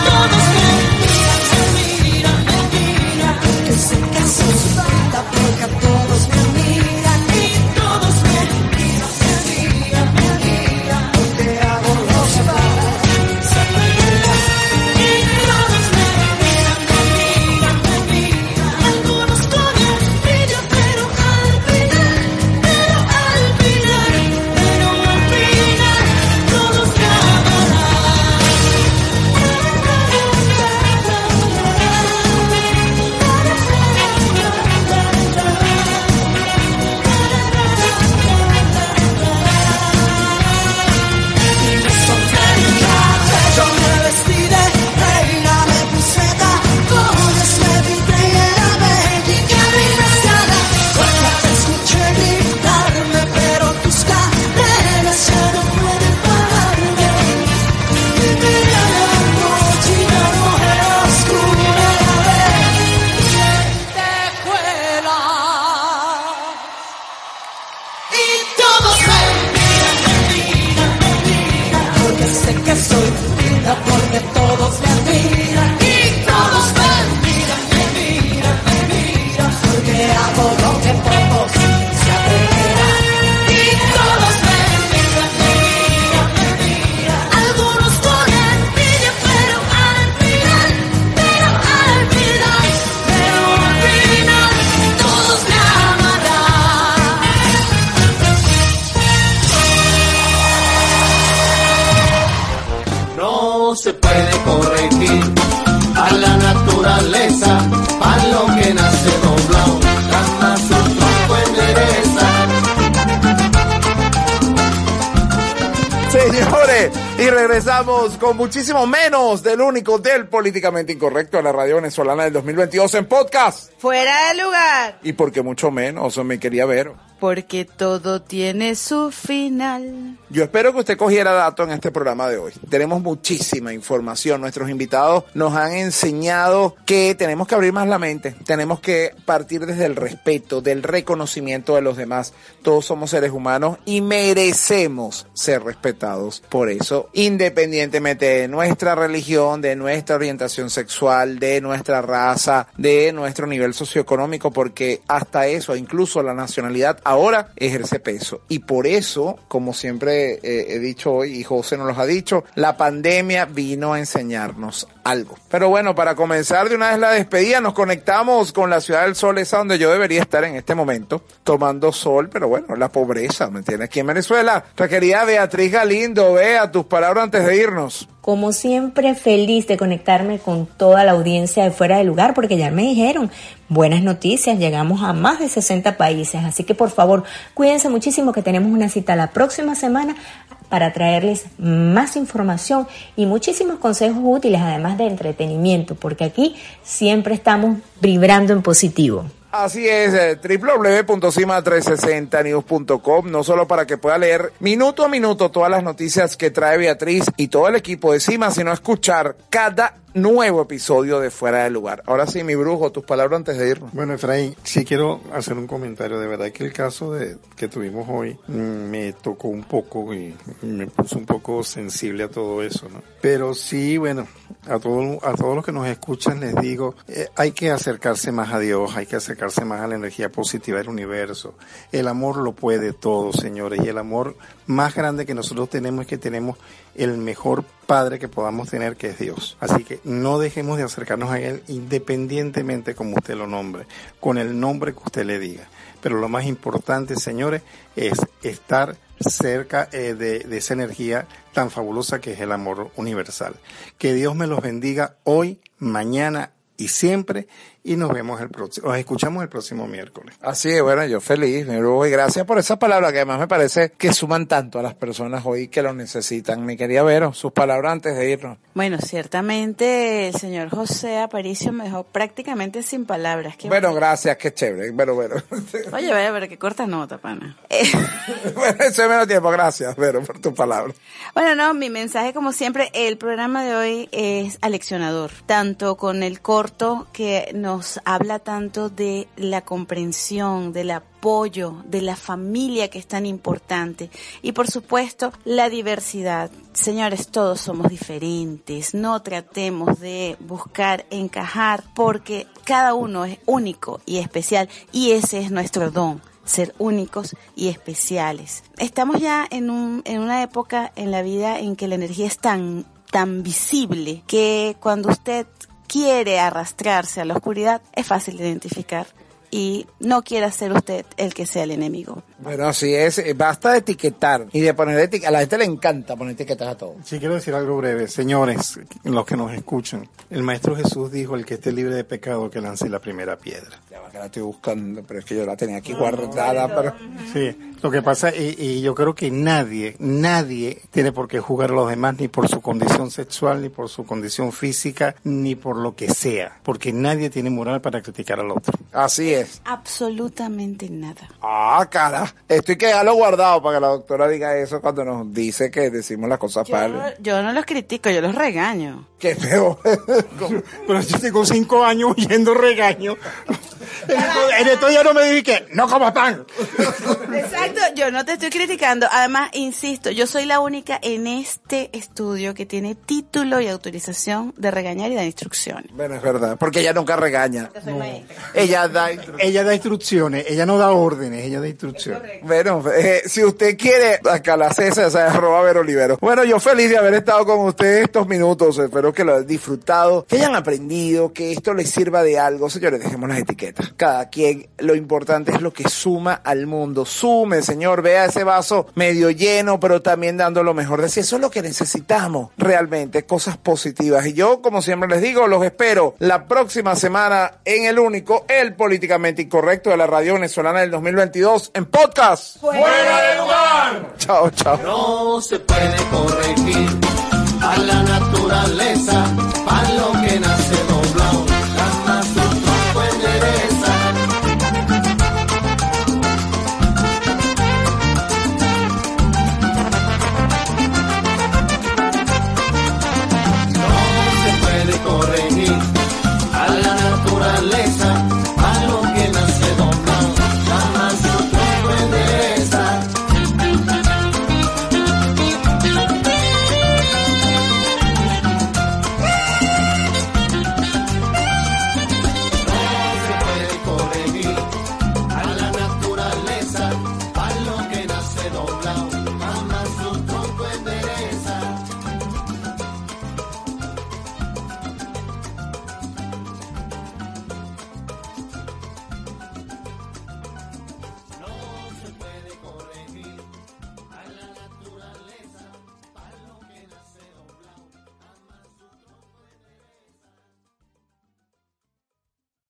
Que sé que sos falta porque a todos me miran y todos me miran, me miran, me miran, porque hago lo que va. Y todos me miran, me miran, me miran, algunos con envidia, pero al final, pero al final, pero al final, todos me amarán. Porque todos me admiran y todos me miran, me miran, me miran, porque hago lo que pocos se atreverán. Y todos me miran, me miran, me miran, algunos con envidia, pero al final, pero al final, pero al final, todos me amarán. No se puede corregir a la naturaleza, a lo que nace doblado, jamás un tronco endereza. Señores, y regresamos con muchísimo menos del único del políticamente incorrecto de la radio venezolana del dos mil veintidós en podcast. Fuera de Lugar. Y porque mucho menos, mi querida Vero. porque todo tiene su final. Yo espero que usted cogiera dato en este programa de hoy. Tenemos muchísima información. Nuestros invitados nos han enseñado que tenemos que abrir más la mente. Tenemos que partir desde el respeto, del reconocimiento de los demás. Todos somos seres humanos y merecemos ser respetados. Por eso, independientemente de nuestra religión, de nuestra orientación sexual, de nuestra raza, de nuestro nivel socioeconómico, porque hasta eso, incluso la nacionalidad, ahora ejerce peso. Y por eso, como siempre eh, he dicho hoy, y José nos los ha dicho, la pandemia vino a enseñarnos algo. Pero bueno, para comenzar de una vez la despedida, nos conectamos con la Ciudad del Sol, esa donde yo debería estar en este momento, tomando sol, pero bueno, la pobreza, ¿me entiendes? Aquí en Venezuela, nuestra querida Beatriz Galindo, Bea, tus palabras antes de irnos. Como siempre, feliz de conectarme con toda la audiencia de Fuera de Lugar, porque ya me dijeron, buenas noticias, llegamos a más de sesenta países, así que por favor, cuídense muchísimo que tenemos una cita la próxima semana para traerles más información y muchísimos consejos útiles, además de entretenimiento, porque aquí siempre estamos vibrando en positivo. Así es, eh, doble u doble u doble u punto cima trescientos sesenta news punto com, no solo para que pueda leer minuto a minuto todas las noticias que trae Beatriz y todo el equipo de Cima, sino escuchar cada nuevo episodio de Fuera de Lugar. Ahora sí, mi brujo, tus palabras antes de irnos. Bueno, Efraín, sí quiero hacer un comentario. De verdad que el caso de que tuvimos hoy me tocó un poco y me puso un poco sensible a todo eso, ¿no? Pero sí, bueno, a todos a todos los que nos escuchan les digo, eh, hay que acercarse más a Dios, hay que acercarse más a la energía positiva del universo. El amor lo puede todo, señores, y el amor más grande que nosotros tenemos es que tenemos el mejor Padre que podamos tener, que es Dios. Así que no dejemos de acercarnos a Él independientemente como usted lo nombre, con el nombre que usted le diga. Pero lo más importante, señores, es estar cerca eh, de, de esa energía tan fabulosa que es el amor universal. Que Dios me los bendiga hoy, mañana y siempre, y nos vemos el próximo, nos escuchamos el próximo miércoles. Así es, bueno, yo feliz, mi brujo, y gracias por esas palabras que además me parece que suman tanto a las personas hoy que lo necesitan. Mi querida Vero, sus palabras antes de irnos. Bueno, ciertamente el señor José Aparicio me dejó prácticamente sin palabras. Qué bueno, bonito. Gracias, qué chévere, pero bueno. Oye, vaya, pero que corta nota, pana. Bueno, eso es menos tiempo, gracias, Vero, por tus palabras. Bueno, no, mi mensaje, como siempre, el programa de hoy es aleccionador, tanto con el corto que nos nos habla tanto de la comprensión, del apoyo, de la familia que es tan importante y por supuesto la diversidad. Señores, todos somos diferentes, no tratemos de buscar encajar porque cada uno es único y especial y ese es nuestro don. Ser únicos y especiales. Estamos ya en un en una época en la vida en que la energía es tan tan visible que cuando usted quiere arrastrarse a la oscuridad, es fácil de identificar y no quiera ser usted el que sea el enemigo. Bueno, así es, basta de etiquetar y de poner etiquetas. A la gente le encanta poner etiquetas a todo. Sí, quiero decir algo breve. Señores, los que nos escuchan, el Maestro Jesús dijo, el que esté libre de pecado, que lance la primera piedra. Ya va, que la estoy buscando, pero es que yo la tenía aquí guardada. Pero... Sí, lo que pasa, y, y yo creo que nadie, nadie tiene por qué juzgar a los demás, ni por su condición sexual, ni por su condición física, ni por lo que sea, porque nadie tiene moral para criticar al otro. Así es. Absolutamente nada. Ah, cara. Esto hay que dejarlo guardado para que la doctora diga eso cuando nos dice que decimos las cosas mal. Yo no los critico, yo los regaño. Qué feo. Pero yo tengo cinco años oyendo regaño. En estos días no me dije que no comas pan. Exacto, yo no te estoy criticando. Además, insisto, yo soy la única en este estudio que tiene título y autorización de regañar y dar instrucciones. Bueno, es verdad, porque ella nunca regaña. Yo soy maestra. Ella da instrucciones. Ella da instrucciones, ella no da órdenes, ella da instrucciones. Bueno, eh, si usted quiere, acá la César, o sea, arroba Vero Olivero. Bueno, yo feliz de haber estado con ustedes estos minutos, espero que lo hayan disfrutado, que hayan aprendido, que esto les sirva de algo. Señores, dejemos las etiquetas. Cada quien, lo importante es lo que suma al mundo. Sume, señor, vea ese vaso medio lleno, pero también dando lo mejor de sí. Eso es lo que necesitamos realmente, cosas positivas. Y yo, como siempre les digo, los espero la próxima semana en el único, el políticamente incorrecto de la radio venezolana del dos mil veintidós, en podcast. ¡Fuera de lugar! Chao, chao. No se puede corregir a la naturaleza.